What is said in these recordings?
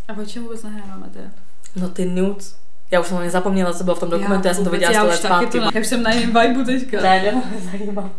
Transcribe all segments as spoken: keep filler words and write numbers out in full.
A o čem vůbec nahráváme teda? No ty nudes. Já už jsem mě zapomněla, co bylo v tom dokumentu, já, já jsem to viděla sto let zpátky. Já už jsem na jiném vibu teďka. Ne, nebo mě zajímá.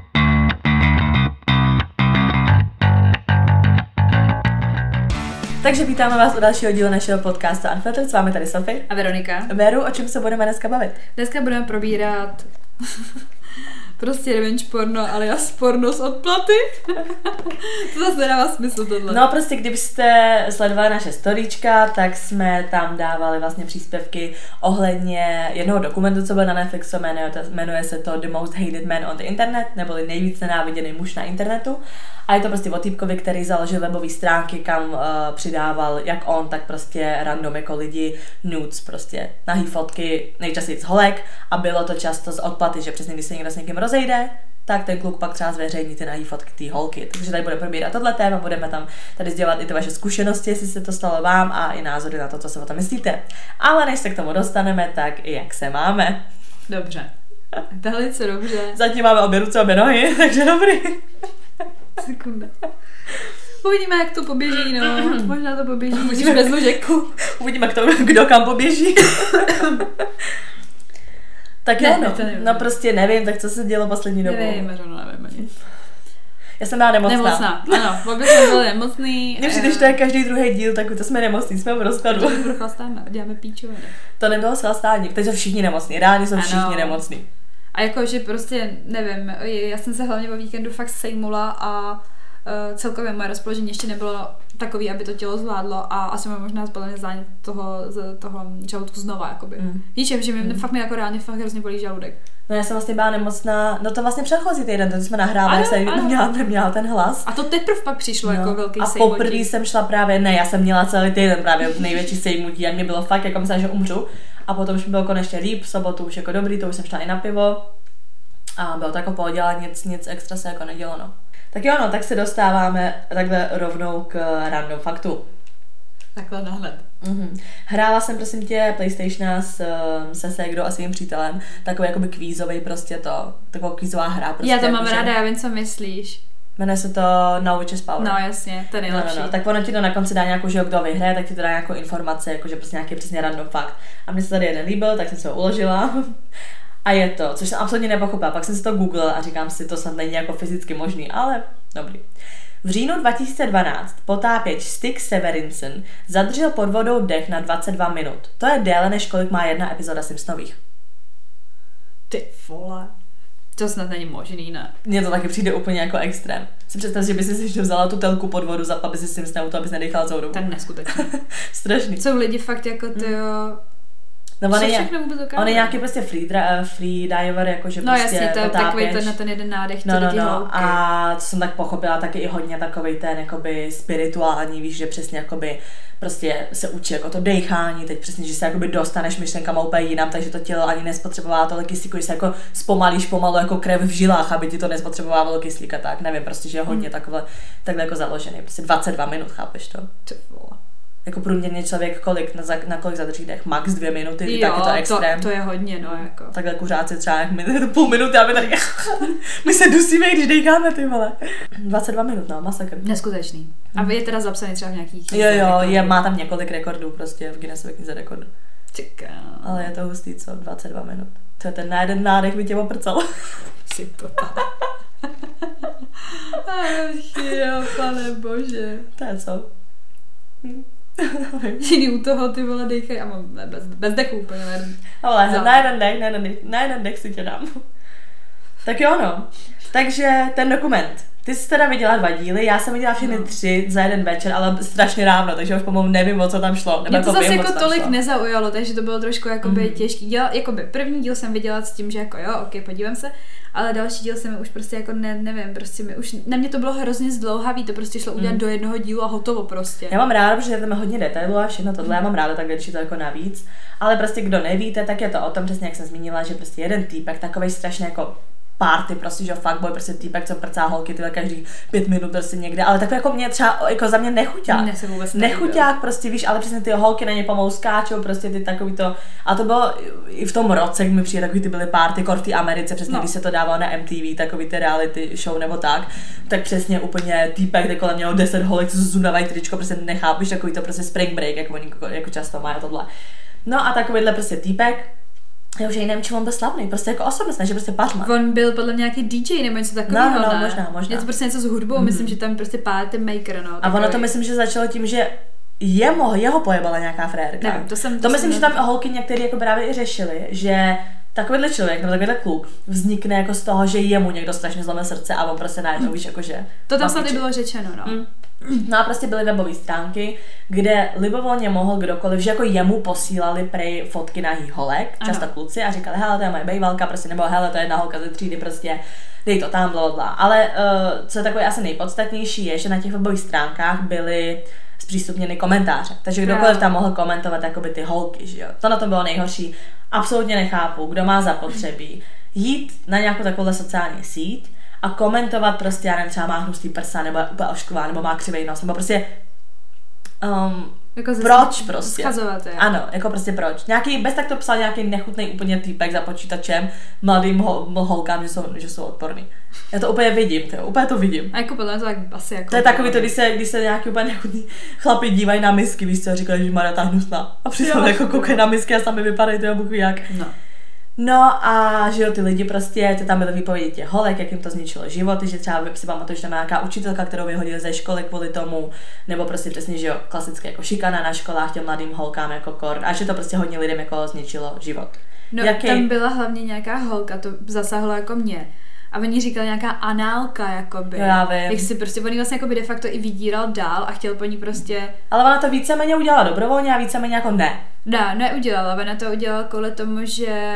Takže vítáme vás u dalšího dílu našeho podcastu Unfiltered, s vámi tady Sofie. A Veronika. Veru, o čem se budeme dneska bavit? Dneska budeme probírat prostě revenge porno, alias porno z odplaty. To zase nedává smysl tohle. No prostě, kdybyste sledovali naše storíčka, tak jsme tam dávali vlastně příspěvky ohledně jednoho dokumentu, co byl na Netflixu, jmenuje, jmenuje se to The Most Hated Man on the Internet, neboli nejvíc nenáviděný muž na internetu. A je to prostě o týpkovi, který založil webové stránky, kam uh, přidával jak on, tak prostě random jako lidi, nudes, prostě nahý fotky, nejčastěji z holek, a bylo to často z odplaty, že přesně když se někdo s někým rozejde, tak ten kluk pak třeba zveřejní ty nahý fotky té holky. Takže tady bude probírat tohle téma, budeme tam tady sdělat i ty vaše zkušenosti, jestli se to stalo vám, a i názory na to, co si o tom myslíte. Ale než se k tomu dostaneme, tak jak se máme? Dobře. Velice dobře. Zatím máme obě ruce, obě nohy, takže dobrý. Sekunda. Uvidíme, jak to poběží, no. Možná to poběží, když bez ložek. Uvidíme, kdo, kdo kam poběží. Tak ne, jo, no. ne, no prostě nevím, tak co se dělo poslední dobou? Nevím, Verono, nevím ani. Já jsem byla nemocná. Nemocná, ano, obě jsme byli nemocný. Mně přijde, že to je každý druhý díl, tak to jsme nemocní, jsme v rozkladu. To prochlastáme, děláme píčoviny. To nebylo chlastání, teď jsou všichni nemocní, reálně jsou ano. všichni nemocní. A jakože prostě, nevím, já jsem se hlavně o víkendu fakt sejmula a uh, celkově moje rozpoložení ještě nebylo takový, aby to tělo zvládlo, a asi mám možná zbalený zánět toho, z toho žaludku znova, jakoby. Mm. Víš, že mi mm. fakt mi jako reálně fakt hrozně bolí žaludek. No já jsem vlastně byla nemocná, no to vlastně předchozí týden, to jsme nahrávali, jsem neměla, neměla ten hlas. A to teprv pak přišlo no. jako velký a sejmutí. A poprvé jsem šla právě, ne, já jsem měla celý týden právě největší sejmutí a mě bylo fakt, jako myslela, že umřu. A potom už mi bylo konečně líp, v sobotu už jako dobrý, to už jsem šla i na pivo. A bylo to jako pohodě, ale nic, nic extra se jako nedělo, no. Tak jo, no, tak se dostáváme takhle rovnou k random faktu. Takhle nahled. Mm-hmm. Hrála jsem, prosím tě, PlayStationa s, se ségrou a svým přítelem, takový jakoby kvízový prostě to, taková kvízová hra. Prostě, já to mám že... ráda, já vím, co myslíš. Jmenuje se to Know Which is Power. No jasně, to je nejlepší. No, no, no. Tak ono ti to na konci dá nějakou, že kdo vyhraje, tak ti to dá nějakou informaci, jakože prostě nějaký přesně random fakt. A mně se tady jeden líbil, tak jsem se ho uložila. A je to, což jsem absolutně nepochopila. Pak jsem si to googlila a říkám si, to snad není jako fyzicky možný, ale dobrý. V říjnu dva tisíce dvanáct potápěč Stig Severinsen zadržel pod vodou dech na dvacet dva minut. To je déle, než kolik má jedna epizoda Simpsonových. Ty vole. To snad není možný, ne? Mně to taky přijde úplně jako extrém. Si představ, že by si ještě vzala tu telku pod vodu, aby si Simpsonovou to, abys nedechala celou dobu. To je neskutečný. Strašný. Jsou lidi fakt jako ty jo... No on je, on je nějaký prostě free, free diver, jakože no, prostě jasně, to je potápěč. takový ten na ten jeden nádech, no, no, ty no. hloubky. A co jsem tak pochopila, taky i hodně takovej ten jakoby spirituální, víš, že přesně jakoby prostě se učí jako to dechání, teď přesně, že se jakoby dostaneš myšlenkama úplně jinam, takže to tělo ani nespotřebová tolik kyslíku, že se jako zpomalíš pomalu jako krev v žilách, aby ti to nespotřebovalo kyslíka, tak nevím, prostě, že je hodně mm. takové, takhle jako založený, prostě dvacet dva minut, chápeš to? Ty vole. Jako průměrně člověk kolik, na, na kolik zadrží dech? Max dvě minuty, jo, tak je to extrém. To, to je hodně, no jako. Takhle kuřáci třeba jak my, půl minuty, aby tady my se dusíme, když dejkáme, ty vole. dvacet dva minut, no, masakr. Neskutečný. A je teda zapsaný třeba v nějakých Jo, jo, je, má tam několik rekordů prostě v Guinnessově knize rekordů. Čeká. Ale je to hustý, co? dvacet dva minut. To je ten na jeden nádech by tě oprcal. Si popad. Ach jo, pane bože. To je co? Hm. Jiný u toho ty vole dejchaj a mám bez, bez dechu úplně na jeden. Ale na jeden dech, na jeden dech, na jeden dech si tě dám. Tak jo no. Takže ten dokument. Ty jsi teda viděla dva díly, já jsem viděla všechny no. tři za jeden večer, ale strašně dávno, takže už pomalu nevím, o co tam šlo. Mě to zase jako tolik šlo. Nezaujalo, takže to bylo trošku jakoby mm. těžký. Děla, jakoby první díl jsem viděla s tím, že jako jo, ok, podívám se, ale další díl se mi už prostě jako ne, nevím, prostě mi už, na mě to bylo hrozně zdlouhavý, to prostě šlo udělat mm. do jednoho dílu a hotovo prostě. Já mám ráda, protože tam je hodně detailů a všechno tohle, já mám ráda tak, když je to jako navíc, ale prostě kdo nevíte, tak je to o tom přesně, jak jsem zmínila, že prostě jeden týpek, takovej strašně jako party, prostě, že fuckboy, prostě týpek, co prcá holky, tyhle každý pět minut prostě někde, ale tak jako mě třeba, jako za mě nechuťák. Ne, se vůbec nechuťák, prostě víš, ale přesně ty holky na ně pomalu skáčou, prostě ty takový to, a to bylo i v tom roce, kdy mi přijde takový ty byly party, kor v té Americe, přesně no. Když se to dávalo na M T V, takový ty reality show nebo tak, tak přesně úplně týpek, kde kolem mělo deset holek, co zundavají tričko, prostě nechápeš, takový to prostě spring break, jako oni jako často mají tohle. No a takovýhle prostě týpek, já už nevím, čím on byl slavný, prostě jako osobnost, ne, že prostě pařma. On byl podle mě nějaký D J nebo něco takového, no, no, ne? možná, možná. Něco prostě něco s hudbou, mm-hmm. myslím, že tam prostě party maker, no. A ono to myslím, že začalo tím, že jemu, jeho pojebala nějaká frérka. Nevím, to jsem... To, to myslím, jsem... že tam holky některé jako právě i řešili, že takovýhle člověk, nebo takovýhle kluk vznikne jako z toho, že jemu někdo strašně zlomil srdce a on prostě najednou, víš, jakože... To tam snad i bylo řečeno, no. Mm. No a prostě byly webové stránky, kde libovolně mohl kdokoliv, že jako jemu posílali prej fotky nahých holek, často ano. kluci, a říkali, hele, to je moje bejvalka, prostě, nebo hele, to je jedna holka ze třídy, prostě, dej to tam, blablabla. Ale uh, co je takové asi nejpodstatnější, je, že na těch webových stránkách byly zpřístupněny komentáře. Takže kdokoliv tam mohl komentovat jakoby ty holky, že jo. To na tom bylo nejhorší. Absolutně nechápu, kdo má zapotřebí jít na nějakou takovou sociální síť a komentovat prostě, já nevím, třeba má hnusný prsa, nebo úplně ošklivá, nebo má křivej nos, nebo prostě um, jako proč prostě? Schazovat, je. Ano, jako prostě proč. Nějaký, bez tak to psal nějaký nechutný úplně týpek za počítačem mladým hol, holkám, že jsou, že jsou odporný. Já to úplně vidím, to, úplně to vidím. A jako podle to tak asi jako... To je takový to, když se, když se nějaký úplně nechutný chlapi dívají na misky, víš co, a říkají, že Maria ta hnusná. A přitom jako koukají na misky a sami vypadají, to je buchu jak. No. No a že jo, ty lidi prostě, to tam byly výpovědi těch holek, jak jim to zničilo životy, že třeba si pamatuju, že tam nějaká učitelka, kterou vyhodili ze školy kvůli tomu, nebo prostě přesně, že jo, klasické jako šikana na školách těm mladým holkám jako kord, a že to prostě hodně lidem jako zničilo život. No Jaký... tam byla hlavně nějaká holka, to zasáhlo jako mě. A oni říkali nějaká análka, jakoby. Já vím. Jak si prostě, on vlastně jakoby de facto i vydíral dál a chtěl po ní prostě... Ale ona to víceméně udělala dobrovolně a víceméně jako ne. Ne, neudělala, ona to udělala kvůli tomu, že...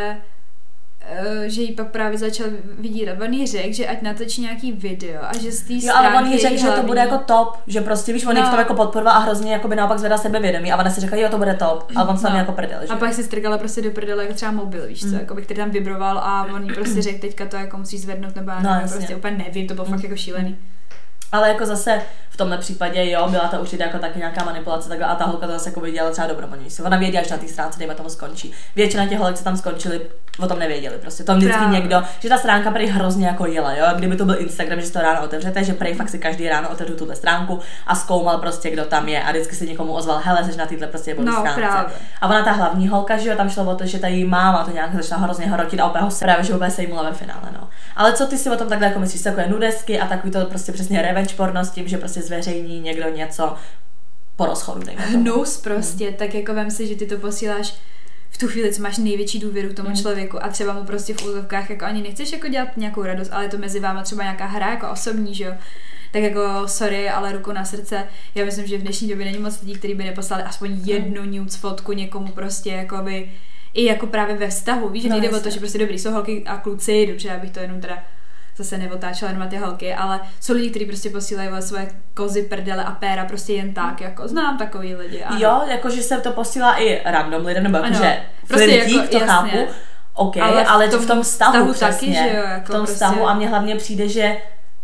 že jí pak právě začal vydírat. On jí řekl, že ať natočí nějaký video a že z té stránky... Jo, ale on jí řekl, že to bude jako top, že prostě víš, on no. v tom jako podporoval a hrozně jako by naopak zvedal sebevědomí a ona si řekla, jo, to bude top a on se no. jako prdel, že? A pak si strkala prostě do prdele jako třeba mobil, víš co, mm. jako by, který tam vibroval a on jí prostě řekl, teďka to jako musíš zvednout nebo já no, nevím, prostě úplně nevím, to bylo mm. fakt jako šílený. Ale jako zase v tomhle případě, jo, byla to určitě jako taky nějaká manipulace takhle a ta holka to zase jako dělala třeba dobrovolně. Ona věděla, že na té stránce dejme tomu skončí. Většina těch holek, co tam skončili, o tom nevěděli. Prostě to vždycky Právě. někdo, že ta stránka prej hrozně jako jela, jo. Kdyby to byl Instagram, že si to ráno otevřete, že prej fakt si každý ráno otevřu tuhle stránku a zkoumal prostě, kdo tam je a vždycky si někomu ozval, hele, jsi na téhle prostě no, stránce. Právě. A ona ta hlavní holka, že jo, tam šlo o to, že ta její máma to nějak začala hrozně hrotit a úplně ho se právě, že úplně sejmula ve finále, no. Ale co ty si o tom takhle jako myslíš, takové nudesky a takový to prostě přesně revenge porno s tím, že prostě zveřejní někdo něco po rozchodu. Hnus prostě, hmm. tak jako vem si, že ty to posíláš v tu chvíli, co máš největší důvěru k tomu hmm. člověku a třeba mu prostě v úzovkách jako ani nechceš jako dělat nějakou radost, ale je to mezi váma třeba nějaká hra jako osobní, že jo. Tak jako sorry, ale ruku na srdce, já myslím, že v dnešní době není moc lidí, kteří by neposlali aspoň jednu nude fotku někomu prostě jakoby i jako právě ve vztahu, víš, že no, nejde o to, že prostě dobrý jsou holky a kluci, dobře, abych to jenom teda zase neotáčela jenom na ty holky, ale jsou lidi, kteří prostě posílají svoje kozy, prdele a péra prostě jen tak, jako znám takový lidi. Ano. Jo, jakože se to posílá i random lidem, nebo jakože prostě flirtík, jako, to jasně. chápu, OK, ale v ale tom, v tom vztahu, vztahu přesně, taky, že jo, jako v tom prostě... vztahu a mně hlavně přijde, že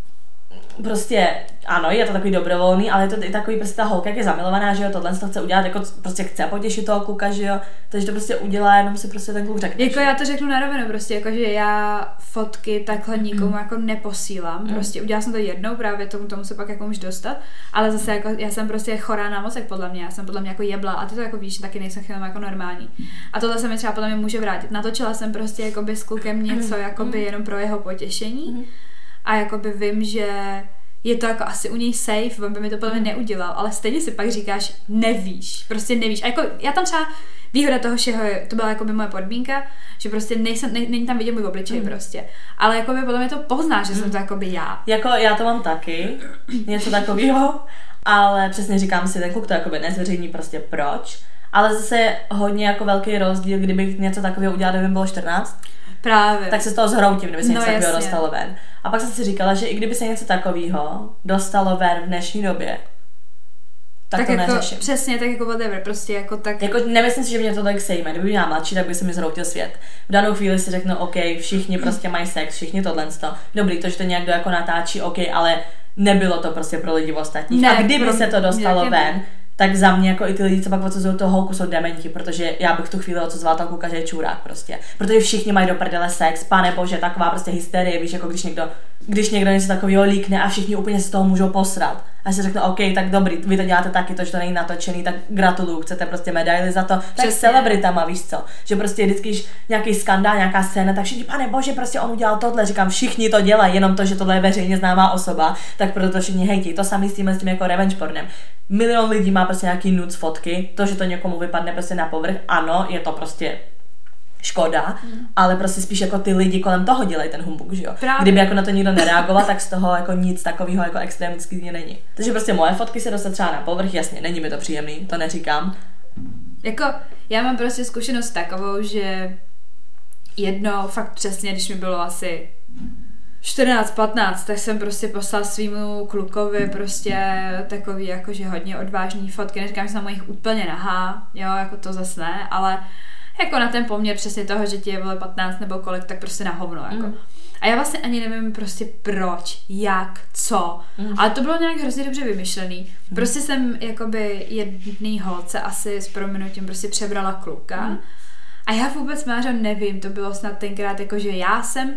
prostě, ano, je to takový dobrovolný, ale je to i takový prostě ta holka, jak je zamilovaná, že jo, tohle to chce udělat, jako prostě chce potěšit toho kluka, že jo, takže to prostě udělá, jenom si prostě ten kluk řekne. Jako já to řeknu na rovinu, prostě jako, že já fotky takhle nikomu mm. jako neposílám, mm. prostě udělala jsem to jednou, právě tomu, tomu se pak jako můžu dostat, ale zase jako já jsem prostě chorá na mozek podle mě, já jsem podle mě jako jebla a ty to jako víš, taky nejsem chvílem jako normální. A tohle se mi třeba podle mě může vrátit. Natočila jsem prostě jakoby s klukem něco mm. jakoby jenom pro jeho potěšení mm. a jakoby vím, že je to jako asi u něj safe, on by mi to podle mě neudělal, ale stejně si pak říkáš, nevíš, prostě nevíš. A jako já tam třeba výhoda toho všeho, to byla jako by moje podmínka, že prostě nejsem, ne, není tam vidět můj obličej mm. prostě. Ale jako by podle mě to poznáš, že mm. jsem to jako by já. Jako já to mám taky, něco takového, ale přesně říkám si, ten kluk to jako by nezveřejní prostě proč, ale zase hodně jako velký rozdíl, kdybych něco takového udělala, kdyby bylo čtrnáct. Právě. Tak se z toho zhroutím, kdyby se no, něco takového dostalo ven. A pak jsem si říkala, že i kdyby se něco takového dostalo ven v dnešní době, tak, tak to jako, neřeším. Přesně, tak jako whatever, prostě jako tak. Jako nemyslím si, že mě to tak sejme, kdyby měla mladší, tak by se mi zhroutil svět. V danou chvíli si řeknu, OK, všichni prostě mají sex, všichni tohle, dobrý, to, že to někdo jako natáčí, OK, ale nebylo to prostě pro lidi ostatních. Ne, a kdyby pro... se to dostalo ven, tak za mě jako i ty lidi, co pak odsuzují toho holku, jsou dementi, protože já bych tu chvíli odsuzovala toho kluka, že je čurák prostě. Protože všichni mají do prdele sex, pane bože, taková prostě hysterie, víš, jako když někdo, když někdo něco takového líkne a všichni úplně z toho můžou posrat. A si řekne, OK, tak dobrý, vy to děláte taky, to, že to není natočený, tak gratuluju, chcete prostě medaily za to. Tak s celebritama, víš co, že prostě vždycky, když nějaký skandál, nějaká scéna, tak všichni, pane bože, prostě on udělal tohle, říkám, všichni to dělají, jenom to, že tohle je veřejně známá osoba, tak proto to všichni hejtí. To samý s tím, s tím jako revenge pornem. Milion lidí má prostě nějaký nudes fotky, to, že to někomu vypadne prostě na povrch, ano, je to prostě škoda, mm. ale prostě spíš jako ty lidi kolem toho dělají ten humbug, že jo. Právě. Kdyby jako na to nikdo nereagoval, tak z toho jako nic takového jako extrémického není. Takže prostě moje fotky se dostaly třeba na povrch, jasně, není mi to příjemný, to neříkám. Jako, já mám prostě zkušenost takovou, že jednou, fakt přesně, když mi bylo asi čtrnáct patnáct, tak jsem prostě poslal svýmu klukovi prostě takový jakože hodně odvážný fotky, neříkám, že jsem jich úplně nahá, jo, jako to zas ne, ale jako na ten poměr přesně toho, že ti je bylo patnáct nebo kolik, tak prostě na hovno, jako. Mm. A já vlastně ani nevím prostě proč, jak, co, mm. ale to bylo nějak hrozně dobře vymyšlený. Mm. Prostě jsem jakoby jedný holce asi s prominutím prostě přebrala kluka mm. a já vůbec mářo nevím, to bylo snad tenkrát jako, že já jsem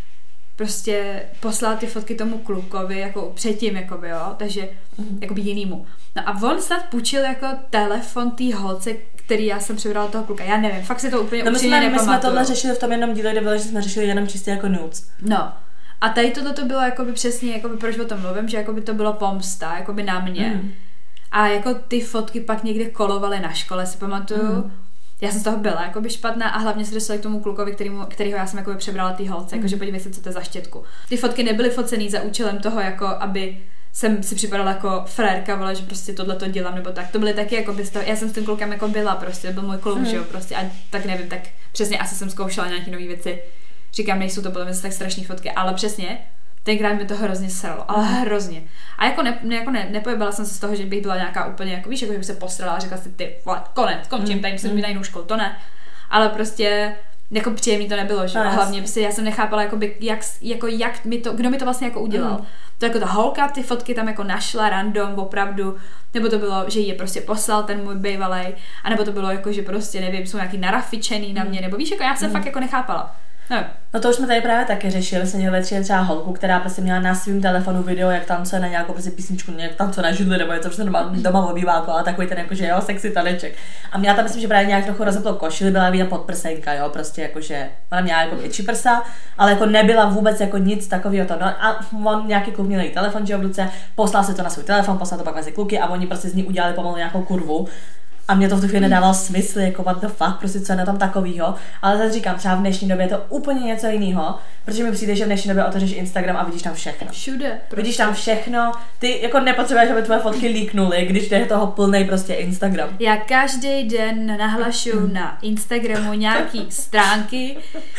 prostě poslala ty fotky tomu klukovi, jako předtím, jakoby, jo, takže mm. jakoby jinýmu. No a on snad půjčil jako telefon té holce, který já jsem přebrala toho kluka. Já nevím, fakt si to úplně no, upřímně nepamatuju. My jsme tohle řešili v tom jednom díle, kde bylo, že jsme řešili jenom čistě jako nudes. No. A tady tohle to bylo jakoby přesně, jakoby proč o tom mluvím, že jakoby to bylo pomsta, jakoby na mě. Mm. A jako ty fotky pak někde kolovaly na škole, si pamatuju. Mm. Já jsem z toho byla jakoby špatná a hlavně se dostali k tomu klukovi, kterýmu, kterýho já jsem jakoby přebrala ty holce, mm. jakože podívej se, co to je za štětku. Ty fotky nebyly focený za účelem toho, jako aby jsem si připadala jako frérka, vole, že prostě tohle to dělám, nebo tak. To byly taky jako byste, já jsem s tím klukem jako byla prostě, byl můj kluk, mm. že jo, prostě a tak nevím, tak přesně asi jsem zkoušela nějaké nové věci. Říkám, nejsou to podle mě tak strašné fotky, ale přesně, tenkrát mi to hrozně sralo, ale hrozně. A jako, ne, jako ne, nepojebala jsem se z toho, že bych byla nějaká úplně, jako víš, jako že bych se postrala a řekla si, ty vole, konec, končím, mm. tady musím být na jinou školu, to ne. Ale prostě jako příjemný to nebylo, že? A hlavně prostě já jsem nechápala, jakoby, jak, jako jak mi to, kdo mi to vlastně jako udělal. Mm. To jako ta holka ty fotky tam jako našla random, opravdu, nebo to bylo, že ji je prostě poslal ten můj bejvalej, anebo to bylo jako, že prostě nevím, jsou nějaký narafičený na mě, nebo víš, jako já jsem mm. fakt jako nechápala. No. no to už jsme tady právě taky řešili, jsme měli ve třeba holku, která prostě měla na svém telefonu video, jak tancuje na nějakou prostě písničku, jak tancuje na židli, nebo něco, prostě doma obýváko, ale takový ten jakože jo, sexy taneček. A měla tam, myslím, že právě nějak trochu rozeplo košili, byla vidět podprsenka, jo, prostě jakože ona měla jako větší prsa, ale jako nebyla vůbec jako nic takového to. No a on nějaký kluk měl její telefon, že jo, v ruce, poslal si to na svůj telefon, poslal to pak mezi kluky a oni prostě z ní udělali pomalu nějakou kurvu. A mě to v tu chvíli nedával smysl, jako what the fuck, prostě co je na tom takovýho. Ale zase říkám, třeba v dnešní době je to úplně něco jiného, protože mi přijde, že v dnešní době otevřeš Instagram a vidíš tam všechno. Všude. Prostě. Vidíš tam všechno, ty jako nepotřebuješ, aby tvoje fotky líknuly, když je toho plnej prostě Instagram. Já každý den nahlašuju mm. na Instagramu nějaký stránky,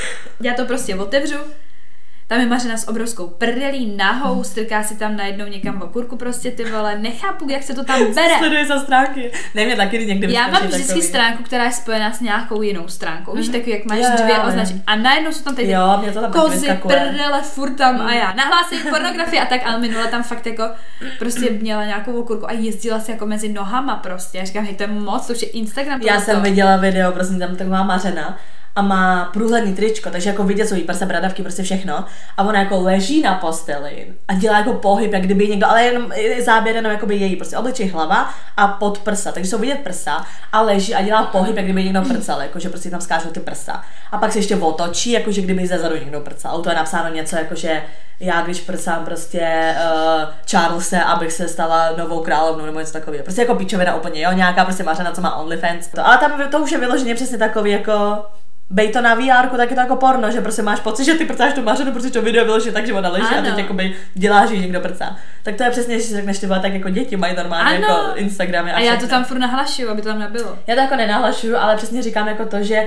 já to prostě otevřu. Tam je Mařena s obrovskou prdelí, nahou, strká si tam najednou někam v okurku prostě, ty vole, nechápu, jak se to tam bere. Sleduje za stránky. Ne, mě taky někdy já mám vždycky takový. Stránku, která je spojená s nějakou jinou stránkou, víš, takový, jak máš jo, dvě označení. A najednou jsou tam tady jo, mě to tam kozy, prdele, furt tam mm. a já nahlásím pornografii a tak, ale minule tam fakt jako prostě měla nějakou okurku a jezdila si jako mezi nohama prostě. Já říkám, hej, to je moc, to už je Instagram. Já jsem viděla video, prostě tam taková Mařena a má průhledný tričko, takže jako vidět jsou jí prsa, bradavky, prostě všechno. A ona jako leží na posteli a dělá jako pohyb, jak kdyby někdo, ale jenom záběr jenom jakoby její prostě obličej, hlava a pod prsa, takže jsou vidět prsa a leží a dělá pohyb, jak kdyby někdo prcal, jakože prostě tam skážou ty prsa. A pak se ještě otočí, jakože kdyby zezadu někdo prcal. To je napsáno něco jakože já když prcám prostě uh, Charlese, abych se stala novou královnou nebo něco takového. Prostě jako píčovina úplně, jo, nějaká prostě Mařena, co má OnlyFans. To, ale tam to už je vyloženě přesně takový jako bej to na vé erku, tak je to jako porno, že prostě máš pocit, že ty prcáš tu Mařenu, protože to video vyloží tak, že ona leží a teď jakoby dělá, že někdo prcá. Tak to je přesně, že si řekneš, ty vole, tak jako děti mají normálně ano. Jako Instagramy a, a já to tam furt nahlašuju, aby to tam nebylo. Já to jako nenahlašuju, ale přesně říkám jako to, že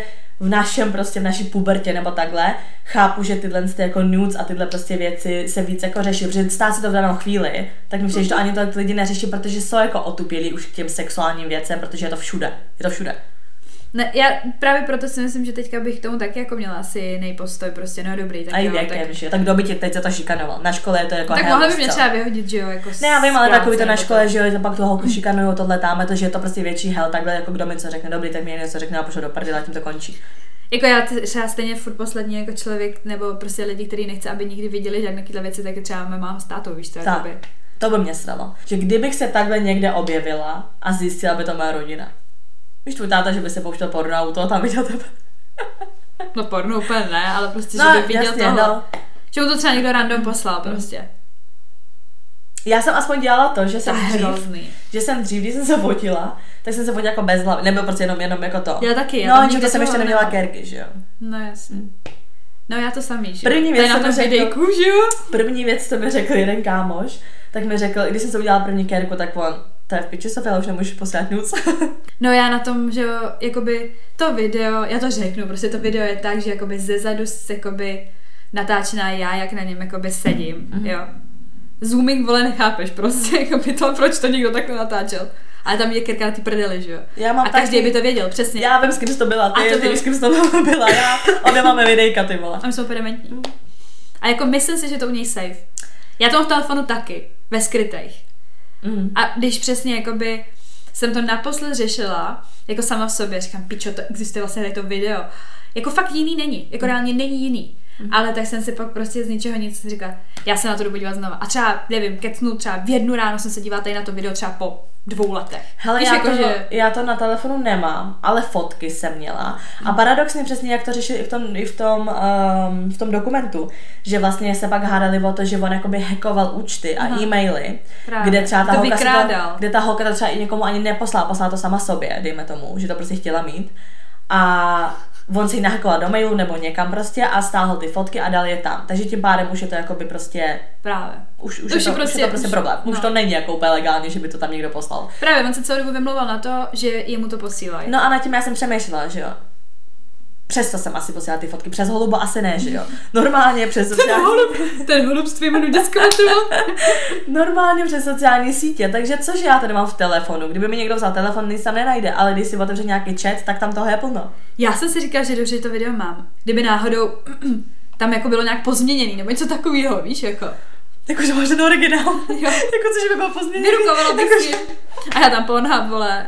v našem prostě, v naší pubertě nebo takhle, chápu, že tyhle ty jako nudes a tyhle prostě věci se víc jako řeší, protože stát se to v danou chvíli, tak mi přijde, že to ani to lidi neřeší, protože jsou jako otupělí už k těm sexuálním věcem, protože je to všude, je to všude. Ne, já právě proto si myslím, že teďka bych k tomu taky jako měla asi jiný postoj, prostě no dobrý, tak a jo. Věkem, tak... že? Tak kdo by tě teď za to šikanoval? Na škole je to jako tak mohli by mě třeba vyhodit, že jo, jako ne, já vím, ale takový to na škole, že jo, to pak tu holku šikanujou, tohle táme, to, že je to prostě větší hell, takhle jako kdo mi co řekne, dobrý, tak mi něco řekne a pošlu do prdele a tím to končí. Jako já třeba stejně furt poslední jako člověk, nebo prostě lidi, kteří nechce, aby nikdy viděli žádné takové věci, tak třeba mé mám s tátou, víš co, jakoby. To by mě sralo, že kdybych se takhle někde objevila a zjistila by to moje rodina. Víš, tvůj táta, že by se pouštěl porno a u toho tam viděl tebe. No porno úplně ne, ale prostě, no, že by viděl jasně, tohle. No. Že mu to třeba někdo random poslal prostě. Já jsem aspoň dělala to, že jsem dřív, hrozný. že jsem dřív, když jsem se fotila, tak jsem se fotila jako bez hlavy, nebyl prostě jenom, jenom jako to. Já taky. Já no, nikdy jsem ještě neměla kérky, že jo. No jasně. No já to samý, že První věc, na tom videjku, že jo? První věc, co mi řekl jeden kámoš, tak mi řekl, když jsem se udělala první kérku, tak on, to je v piči, Sofie, ale už nemůžu poslat nuc. No já na tom, že jo, jakoby to video, já to řeknu, prostě to video je tak, že jakoby zezadu jakoby natáčená já, jak na něm jakoby sedím, mm-hmm. jo. Zooming, vole, nechápeš prostě, jakoby to, proč to někdo takhle natáčel. Ale tam je Kirka na ty prdeli, že jo. Já mám a každý taky... by to věděl, přesně. Já vím, s kým jsi to byla, ty, a to ty byl... s kým jsi to byla, já, obě máme videjka, ty vole. A my jsou pedementní. A jako myslím si, že to u něj safe. Já to mám v telefonu taky, ve skrytejch. Mm. A když přesně jakoby jsem to naposled řešila, jako sama v sobě, říkám, pičo, to existuje vlastně tady to video. Jako fakt jiný není, jako reálně není jiný. Mm. Ale tak jsem si pak prostě z ničeho nic říkala, já se na to jdu podívat znova. A třeba, nevím, kecnu třeba v jednu ráno jsem se dívala tady na to video třeba po dvou letech. Hele, Víš, já, jako, to, že... já to na telefonu nemám, ale fotky jsem měla. A paradoxně přesně, jak to řešili i v tom, i v tom, um, v tom dokumentu, že vlastně se pak hádali o to, že on jakoby hackoval účty a Aha. e-maily, Právě. kde třeba ta to holka, to, kde ta holka to třeba i někomu ani neposlala, poslala to sama sobě, dejme tomu, že to prostě chtěla mít. A on si ji nahackoval do mailu nebo někam prostě a stáhl ty fotky a dal je tam. Takže tím pádem už je to jakoby prostě... Právě. Už, už, už, je, to, prostě, už je to prostě už, problém. Už no. to není jako úplně legálně, že by to tam někdo poslal. Právě, on se celou dobu vymlouval na to, že jemu to posílají. No a na tím já jsem přemýšlela, že jo. Přesto jsem asi posílala ty fotky. Přes holuba asi ne, že jo. Normálně přes sociální... Ten holub, ten holub s tvými nudiskami. Normálně přes sociální sítě. Takže což já tady mám v telefonu. Kdyby mi někdo vzal telefon, nic tam nenajde. Ale když si otevře nějaký chat, tak tam toho je plno. Já jsem si říkala, že dobře, že to video mám. Kdyby náhodou tam jako bylo nějak pozměněný, nebo něco takového, víš, jako. Jakože máš ten originál. Jo. Jako což by bylo pozměněný. Vyrukovalo bych jako, si. A já tam Pornhub, vole.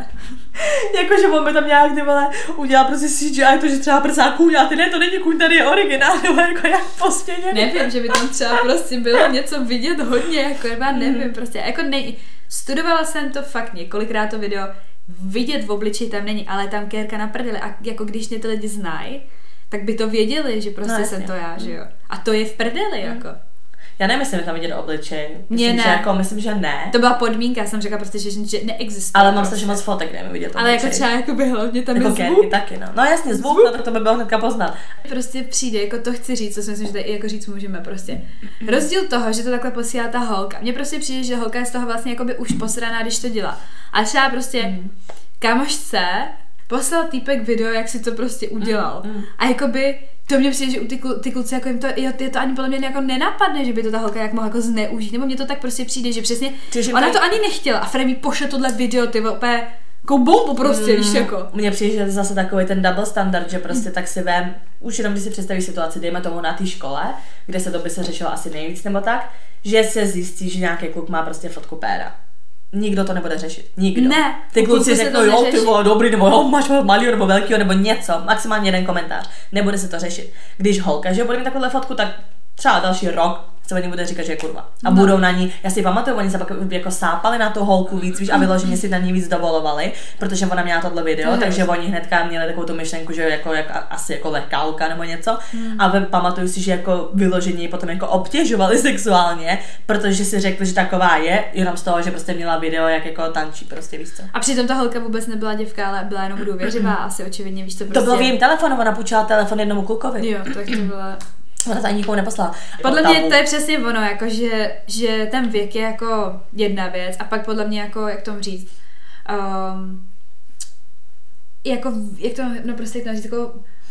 Jakože on by tam nějak, ty vole, udělal prostě C G I, to, že třeba prsáků udělal, ty ne, to není kuň, tady je originál, nebo jako jak postěněný. Nevím, že by tam třeba prostě bylo něco vidět hodně, jako já nevím, prostě, jako nej... Studovala jsem to fakt několikrát to video, vidět v obličeji tam není, ale tam Kérka na prdeli a jako když mě ty lidi znají, tak by to věděli, že prostě no, jsem to já, že jo. A to je v prdeli, mm. jako. Já nevím, jestli mi tam vidět obličej. Mně myslím, ne. Že jako, myslím, že ne. To byla podmínka, já jsem řekla prostě, že, že neexistuje. Ale mám prostě. strašně moc fotek, kde mi vidět obličej. Ale jako třeba jakoby hlavně tam jako je zvuk. taky, no. No jasně, zvuk, zvuk. No, tak to by bylo hnedka poznat. Prostě přijde, jako to chci říct, co si myslím, že tady jako říct můžeme prostě. Rozdíl toho, že to takhle posílá ta holka. Mně prostě přijde, že holka je z toho vlastně jakoby už posraná, když to dělá. A třeba prostě mm. kamošce poslal týpek video, jak si to prostě udělal. Mm, mm. A jakoby to mě přijde, že u ty, klu, ty kluci jako jim to, jo, je to ani podle mě jako nenapadne, že by to ta holka jak mohla jako zneužít, nebo mně to tak prostě přijde, že přesně Čiže ona tady... to ani nechtěla a Fremi pošle tohle video, ty úplně jako bombu prostě, mm, víš jako. Mně přijde, že je zase takový ten double standard, že prostě mm. tak si vem, už jenom když si představíš situaci, dejme tomu na té škole, kde se to by se řešilo asi nejvíc nebo tak, že se zjistí, že nějaký kluk má prostě fotku péra. Nikdo to nebude řešit. Nikdo. Ne. Ty kluci řeknou, jo, ty vole, dobrý, nebo jo, máš malýho nebo velkýho, nebo něco. Maximálně jeden komentář. Nebude se to řešit. Když holka, že bude mít takovouhle fotku, tak třeba další rok se oni bude říkat, že je kurva. A no. budou na ní, já si pamatuju, oni se pak jako sápali na tu holku víc, víš, a vyloženě si na ní víc dovolovali, protože ona měla tohle video, no, takže oni hnedka měli takovou tu myšlenku, že jako jak, asi jako lekálka nebo něco. Hmm. A pamatuju si, že jako vyloženě potom jako obtěžovali sexuálně, protože si řekli, že taková je, jenom z toho, že prostě měla video, jak jako tančí, prostě víš co. A přitom ta holka vůbec nebyla děvka, ale byla jenom důvěřivá, asi očividně, víš co prostě. To bylo v jejím telefonu, ona půjčila telefon jednomu klukovi. Jo, tak to bylo. Ona to ani nikomu neposlala. Podle mě to je přesně ono, jako že, že ten věk je jako jedna věc a pak podle mě jako, jak tomu říct, um, jako, jak to, no prostě jak to říct, jako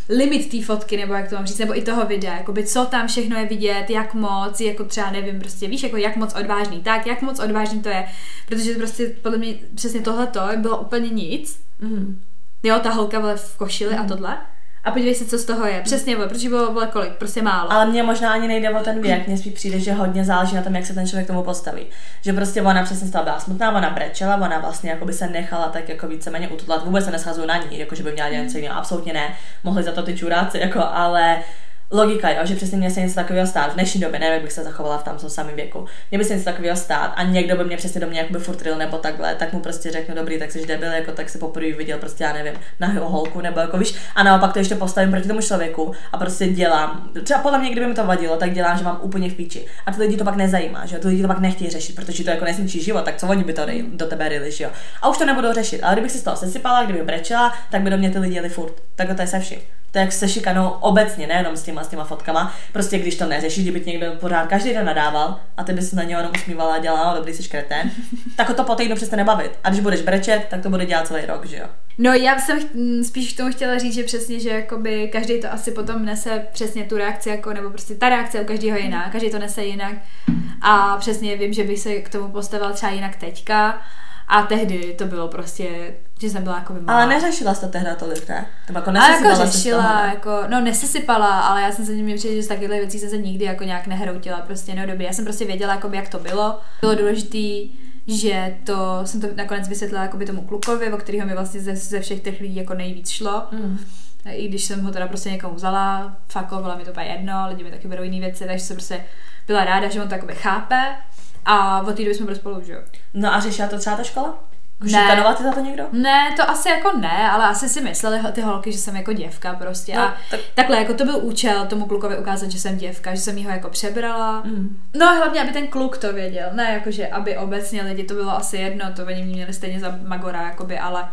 limit té fotky, nebo jak to mám říct, nebo i toho videa, jakoby co tam všechno je vidět, jak moc, jako třeba nevím, prostě víš, jako jak moc odvážný, tak jak moc odvážný to je, protože prostě podle mě přesně tohleto bylo úplně nic. Mm. Jo, ta holka byla v košili mm. a tohle. A podívej se, co z toho je. Přesně, protože bylo, bylo kolik, prostě málo. Ale mně možná ani nejde o ten věk, mně spíš přijde, že hodně záleží na tom, jak se ten člověk k tomu postaví. Že prostě ona přesně z toho byla smutná, ona brečela, ona vlastně jako by se nechala tak jako víceméně ututlat, vůbec se neschazuju na ní, jako že by měla dělat něco jiného, absolutně ne, mohli za to ty čuráci, jako, ale logika, jo, že přesně mě se něco takového stát. V dnešní době, nevím, jak bych se zachovala v tam samém věku. Mě by se něco takového stát a někdo by mě přesně do mě jakoby furt ryl nebo takhle, tak mu prostě řeknu, dobrý, tak jsi debil, jako tak si poprvé viděl prostě, já nevím, nahou holku nebo jako víš, a naopak to ještě postavím proti tomu člověku a prostě dělám. Třeba podle mě, kdyby mi to vadilo, tak dělám, že mám úplně v píči. A ty lidi to pak nezajímá, že jo, ty lidi to pak nechtějí řešit, protože to jako nezničí život, tak co oni by to rej, do tebe ryli, že jo. A už to nebudou řešit, ale kdybych si z toho sesypala, kdyby brečela, tak by do mě ty lidi jeli furt. Tak to je se vším. To je jak se šikanou obecně, nejenom s těma, s těma fotkama. Prostě když to neřešíš, kdyby ti někdo pořád každý den nadával a ty bys se na něho jenom usmívala a dělala, dobrý, jsi kretén, tak to po týdnu přestane nebavit. A když budeš brečet, tak to bude dělat celý rok, že jo? No já jsem spíš k tomu chtěla říct, že přesně, že jakoby každý to asi potom nese přesně tu reakci, jako, nebo prostě ta reakce u každého je jiná, každý to nese jinak. A přesně vím, že bych se k tomu postavila třeba jinak teďka. A tehdy to bylo prostě, že jsem byla jako malá. Ale neřešila jsi to tehdy tolik, ne? To jako nesesypala jako řešila, jako, no nesesypala, ale já jsem se mě přijde, že z takových věcí jsem se nikdy jako nějak nehroutila prostě no době. Já jsem prostě věděla, jakoby, jak to bylo. Bylo důležitý, že to jsem to nakonec vysvětlila jakoby tomu klukovi, o kterého mi vlastně ze, ze všech těch lidí jako nejvíc šlo. Mm. I když jsem ho teda prostě někomu vzala, fakovala mi to úplně jedno, lidi mi taky berou jiné věci, takže jsem prostě byla ráda, že on to jakoby chápe. A od té doby jsme byli spolu, že jo. No a řešila to třeba ta škola? Šikanovat ty za to někdo? Ne, to asi jako ne, ale asi si mysleli ty holky, že jsem jako děvka prostě. No, a tak... takhle, jako to byl účel tomu klukovi ukázat, že jsem děvka, že jsem jí ho jako přebrala. Mm. No a hlavně, aby ten kluk to věděl, ne jakože, aby obecně lidi, to bylo asi jedno, to oni měli stejně za magora, jakoby, ale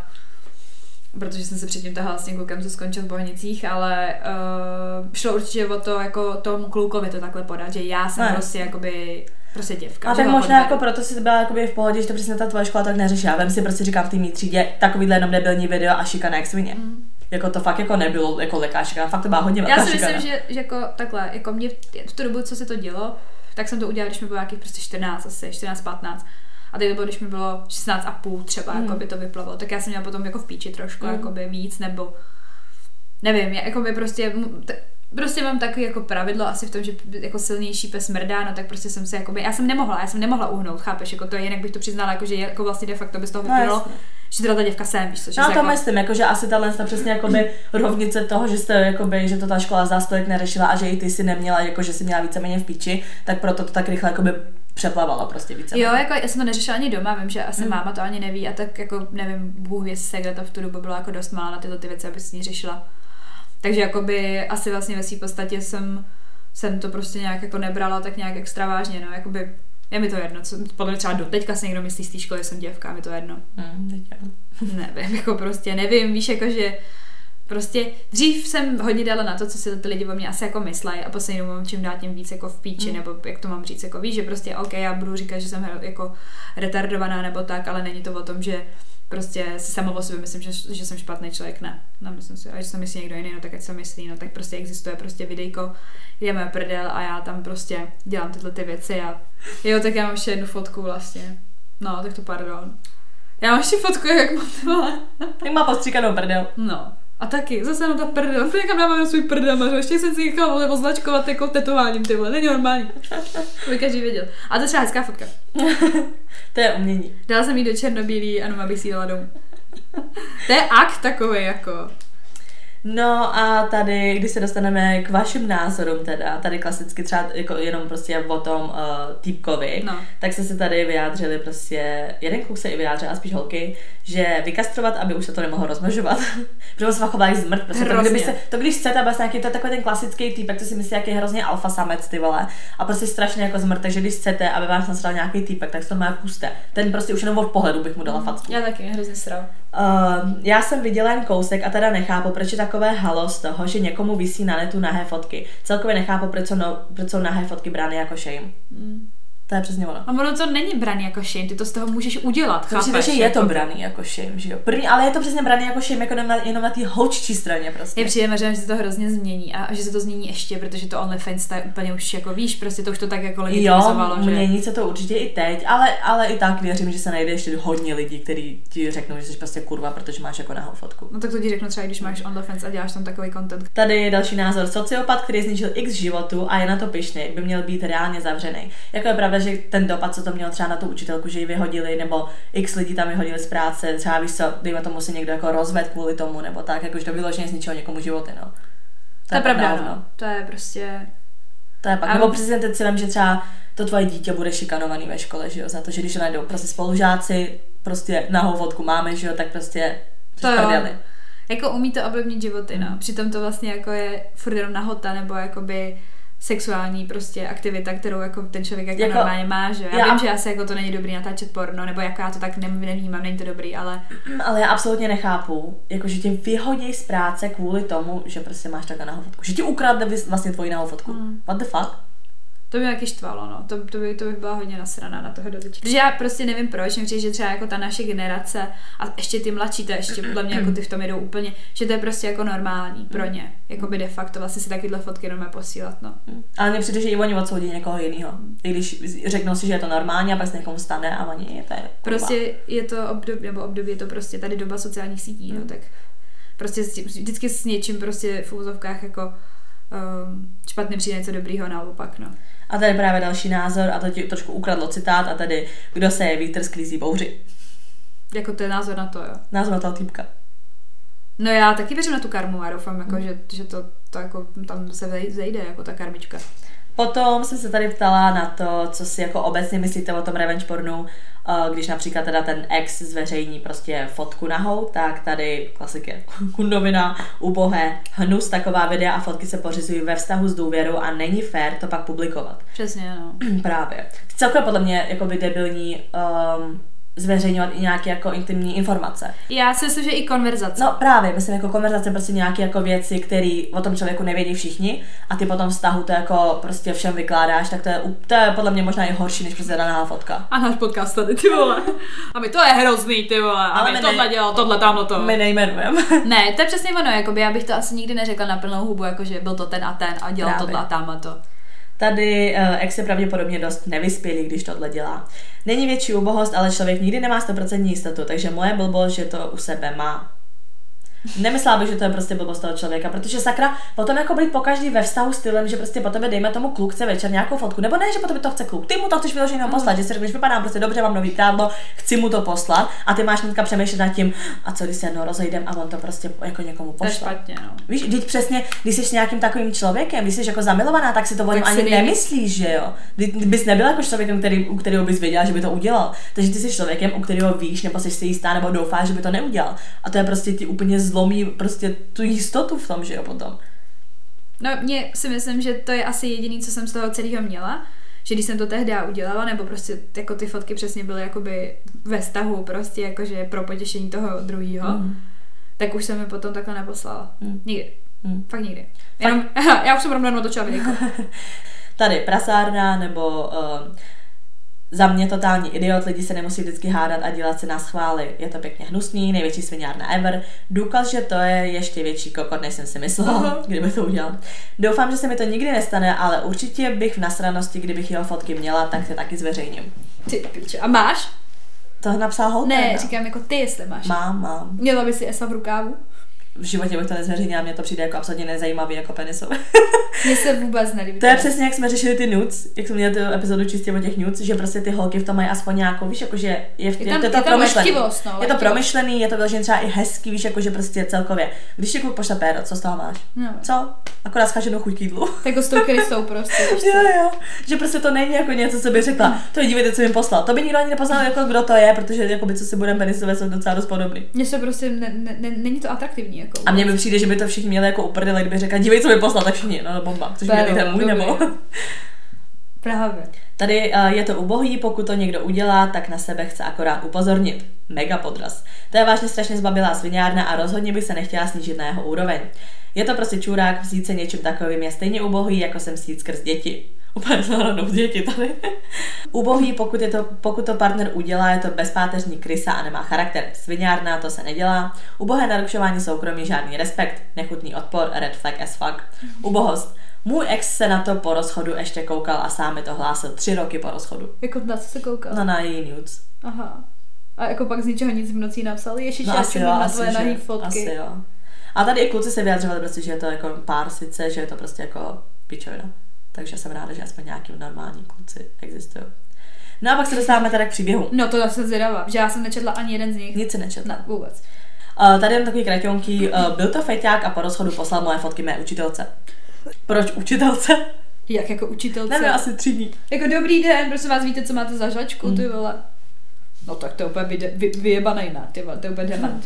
protože jsem se předtím tahala s tím klukem, co skončil v Bohnicích, ale uh, šlo určitě o to, jako tomu klukovi to takhle podat, že já jsem ne. prostě jakoby prostě děvka. A tak možná jako proto si byla jakoby v pohodě, že to přesně ta tvoje škola tak neřešila. Vem si prostě říkám v té mý třídě takovýhle jenom debilní video a šikana jak svině. Mm. Jako to fakt jako nebylo jako lehká šikana, fakt to byla hodně velká šikana. Já si myslím, že, že jako takhle, jako mě v tu dobu, co se to dělo, tak jsem to udělala, když mi bylo nějakých prostě čtrnáct asi, čtrnáct patnáct. A teď to bylo, když mi bylo šestnáct a půl třeba, mm. jako by to vyplavilo. Tak já jsem měla potom jako v píči trošku, mm. jako by víc, nebo nevím, jako by prostě t- Prostě mám takový jako pravidlo asi v tom, že jako silnější pes mrdá, no tak prostě jsem se jakoby, já jsem nemohla, já jsem nemohla uhnout, chápeš, jako to je, jinak bych to přiznala, jako že jako vlastně de facto by z toho vyplynulo, no, že teda ta děvka jsem, víš co, že no to jako... myslím, jako že asi tahle přesně jakoby rovnice toho, že jste jakoby, že to ta škola zás tolik neřešila a že i ty si neměla, jako že si měla víceméně v píči, tak proto to tak rychle jakoby přeplavala prostě více. Jo, jako já jsem to neřešila ani doma, vím, že asi mm. máma to ani neví a tak jako nevím, Bůh ví, jestli se v tu dobu byla jako dost malá na tyto ty věci, aby s ní řešila. Takže jakoby asi vlastně ve své podstatě jsem, jsem to prostě nějak jako nebrala tak nějak extra vážně, no, jakoby je mi to jedno, co, podle mě třeba doteďka si někdo myslí z té školy, že jsem děvka, mi to jedno. Mm, nevím, jako prostě nevím, víš, jakože prostě dřív jsem hodně dala na to, co si ty lidi o mě asi jako myslejí a poslední dobou mám čím dát tím víc jako v píči, mm. nebo jak to mám říct, jako víš, že prostě ok, já budu říkat, že jsem jako retardovaná nebo tak, ale není to o tom, že prostě si sama o sobě myslím, že, že jsem špatný člověk, ne. No, myslím si, a že se myslí někdo jiný, no tak ať se myslí, no tak prostě existuje prostě videjko, kde moje prdel a já tam prostě dělám tyhle ty věci a jo, tak já mám ještě jednu fotku vlastně. No, tak to pardon. Já mám ještě fotku, jak mám tohle. Jak má postříkanou prdel. No. A taky, zase jenom ta prdel, někam dávám svůj prdel, ještě jsem si nechala označkovat jako tetováním, ty vole, není normální. To by každý věděl. A to je třeba hezká fotka. To je umění. Dala jsem jí do černobílý a no, abych si ji dala domů. To je akt takovej jako. No a tady, když se dostaneme k vašim názorům teda, tady klasicky třeba jako jenom prostě o tom uh, týpkovi, no. Tak se se tady vyjádřili prostě, jeden kluk se i vyjádřil, a spíš holky, že vykastrovat, aby už se to nemohlo rozmnožovat. Protože se chovali zmrt, prostě to, kdyby se, to když chcete, aby nějaký, to je takový ten klasický týpek, to si myslí, jaký je hrozně alfa samec, ty vole, a prostě strašně jako zmrt, takže když chcete, aby vás nasral nějaký týpek, tak to má puste. Ten prostě už jenom od pohledu bych mu dala facku. Já taky, mě hrozně sral. Uh, já jsem viděla jen kousek a teda nechápu, proč je takové halo z toho, že někomu visí na netu nahé fotky. Celkově nechápu, proč jsou, no, proč jsou nahé fotky brány jako shame. Mm. To je přesně ono. A ono to není braný jako shame, ty to z toho můžeš udělat, chápeš? Přijde, že je to braný jako shame, že jo? První, ale je to přesně braný jako shame, jako na, jenom na té holčičí straně prostě. Je přijde, že se to hrozně změní a že se to změní ještě, protože to OnlyFans to je úplně už jako víš, prostě to už to tak jako legitimizovalo, že? Jo, mění se to určitě i teď, ale, ale i tak věřím, že se najde ještě hodně lidí, kteří ti řeknou, že jsi prostě kurva, protože máš jako nahou fotku. No tak to ti řeknu třeba, když máš OnlyFans a děláš tam takový content. Tady je další názor. Sociopat, který zničil x životu a je na to pyšný, by měl být reálně zavřený. Jako je pravda, že ten dopad, co to mělo třeba na tu učitelku, že ji vyhodili, nebo x lidí tam vyhodili z práce, třeba víš co, dejme tomu si někdo jako rozved kvůli tomu, nebo tak, jakože to vyloženě zničilo někomu životy, no. To je pravda, no. To je prostě... To je pak. A... Nebo přesně teď si vem, že třeba to tvoje dítě bude šikanovaný ve škole, že jo, za to, že když to najdou prostě spolužáci, prostě nahou fotku máme, že jo, tak prostě to jo. Jako umí to ovlivnit životy, no. Přitom to vlastně jako je furt jenom nahota, nebo jakoby sexuální prostě aktivita, kterou jako ten člověk jako, jako normálně má, že? Já, já vím, že asi jako to není dobrý natáčet porno, nebo jako já to tak nevnímám, není to dobrý, ale... Ale já absolutně nechápu, jako že tě vyhodí z práce kvůli tomu, že prostě máš takhle nahou fotku. Že ti ukradne vlastně tvoji nahou fotku. Hmm. What the fuck? To by mě taky štvalo, no. To, to, by, to bych byla hodně nasraná na toho dotyčí. Protože já prostě nevím proč, mi přijde, že třeba jako ta naše generace a ještě ty mladší, to ještě podle mě jako ty v tom jedou úplně, že to je prostě jako normální pro ně. Jako by de facto vlastně si takovýhle fotky normálně posílat, no. Ale mně přijde, že i oni odsoudí někoho jiného. I když řeknou si, že je to normální a pak se někomu stane a oni je to je prostě je to období, nebo období je to prostě tady doba sociálních sítí, no, tak prostě vždycky s něčím prostě v úvozovkách jako um, špatně přijde něco dobrýho, naopak, no. A tady právě další názor a to ti trošku ukradlo citát a tady, kdo se je vítr sklízí bouři. Jako to je názor na to, jo? Názor na toho týpka. No já taky věřím na tu karmu a doufám, jako, mm. že, že to, to jako tam se zejde, jako ta karmička. Potom jsem se tady ptala na to, co si jako obecně myslíte o tom revenge pornu, když například teda ten ex zveřejní prostě fotku nahou, tak tady klasiky kundovina, ubohé, hnus, taková videa a fotky se pořizují ve vztahu s důvěrou a není fér to pak publikovat. Přesně, no. Právě. Celkově podle mě jako by debilní um, zveřejňovat i nějaké jako intimní informace. Já si myslím, že i konverzace. No právě, myslím jako konverzace, prostě nějaké jako věci, které o tom člověku nevědí všichni a ty potom vztahu to jako prostě všem vykládáš, tak to je, to je podle mě možná i horší, než prostě daná fotka. A náš podcast tady, ty vole. A my to je hrozný, ty vole. A ale my, my tohle ne... dělal, tohle tamhle to. My nejmenujeme. Ne, to je přesně ono, jakoby já bych to asi nikdy neřekla na plnou hubu, jakože byl to ten a ten a dělal právě tohle a tamhle to. Tady uh, ex je pravděpodobně dost nevyspělý, když tohle dělá. Není větší ubohost, ale člověk nikdy nemá sto procent jistotu, takže moje blbost, že to u sebe má. Nemyslela bych, že to je prostě blbost toho člověka, protože sakra, potom jako být pokaždý ve vztahu stylem, že prostě po tebe dejme tomu kluk chce večer nějakou fotku, nebo ne, že po tebe to chce kluk, ty mu to chceš vyloženě mm. poslat, že si řekneš, vypadám prostě dobře, mám nový prádlo, chci mu to poslat a ty máš hnedka přemýšlet nad tím, a co když se jednou rozejdem a on to prostě jako někomu pošle. To je špatně, no. Víš, teď přesně, když jsi s nějakým takovým člověkem, když jsi jako zamilovaná, tak si to o něm ani nemyslíš, že jo. Bys nebyla jako člověkem, který, u kterého bys věděla, že by to udělal. Takže ty jsi člověkem, u kterého víš, nebo jsi si jistá, nebo doufáš, že by to neudělal. A to je prostě ti úplně zlomí prostě tu jistotu v tom, že jo, potom. No, mně si myslím, že to je asi jediný, co jsem z toho celého měla, že když jsem to tehdy udělala, nebo prostě jako ty fotky přesně byly jakoby ve vztahu, prostě jakože pro potěšení toho druhýho, mm. tak už jsem mi potom takhle neposlala. Mm. Nikdy. Mm. Fakt nikdy. Jenom, Fakt? Já už jsem rovnou natočila videjko. Tady prasárna, nebo uh, za mě totální idiot, lidi se nemusí vždycky hádat a dělat se na schvály. Je to pěkně hnusný, největší sviňárna ever. Důkaz, že to je ještě větší kokot, než jsem si myslela, uh-huh. kdyby to udělal. Doufám, že se mi to nikdy nestane, ale určitě bych v nasranosti, kdybych jeho fotky měla, tak se taky zveřejním. Ty piče. A máš? To napsal Holter. Ne, říkám jako ty, jestli máš. Mám, mám. Měla by si esa v rukávu? V životě bych to nezveřejnila, mně to přijde jako absolutně nezajímavý jako penisové. Mně se vůbec nelíbí. To je přesně, jak jsme řešili ty nudes, jak jsme měli tu epizodu čistě o těch nudes, že prostě ty holky v tom mají aspoň nějakou, víš, jakože je v tě, je, tam, je to je promyšlený. No, je to promyšlený, je to vyloženě třeba i hezký, víš, jakože prostě celkově. Když ti kluk pošle péro, co z toho máš? No. Co? Akorát zkáženou chuť k jídlu. Tak s tou krystou prostě. Jo, jo. Že prostě to není jako něco, co by řekla. To dívejte, co mi poslal. To by nikdo ani neposlal, jako kdo to je, protože jakoby, co si budeme, penisové jsou docela dost podobný. Mně se prostě ne, ne, ne, není to atraktivní jako. A mně by přijde, že by to všichni měli jako uprdele, kdyby řekla, dívej, co mi poslal, tak všichni, no bomba, což měli ten můj, nebo? Právě. Tady uh, je to ubohý, pokud to někdo udělá, tak na sebe chce akorát upozornit. Mega podraz. To je vážně strašně zbabilá sviňárna a rozhodně bych se nechtěla snížit na jeho úroveň. Je to prostě čurák, vzít se něčím takovým je stejně ubohý, jako jsem sít skrz děti. Úplně se hradnou děti tady. Ubohý, pokud, je to, pokud to partner udělá, je to bezpáteřní krysa a nemá charakter. Sviňárna, to se nedělá. Ubohé narušování soukromí, žádný respekt. Nechutný odpor, red flag as fuck. Ubohost. Můj ex se na to po rozchodu ještě koukal a sám mi to hlásil tři roky po rozchodu. Jako na co se koukal? No na její nudes. Aha. A jako pak z ničeho nic v nocí napsal? Ježiš, no já asi jo, jo, na asi, tvoje nahý že, fotky. asi jo. A tady i kluci se vyjadřovali prostě, že je to jako pár sice, že je to prostě jako pičovina. Takže jsem ráda, že aspoň nějaký normální kluci existují. No a pak se dostáváme teda k příběhu. No to zase zvědavá, že já jsem nečetla ani jeden z nich. Nic si nečetla. Ne, vůbec. Uh, tady jen takový kraťonký. Uh, byl to feťák a po rozchodu poslal moje fotky mé učitelce. Proč učitelce? Jak jako učitelce? Nevím, asi třídní. Jako dobrý den, prosím vás, víte, co máte za žačku, mm. ty vole. No tak to je úplně vy, vy, vyjebanej, ne, ty vole, to je úplně dement.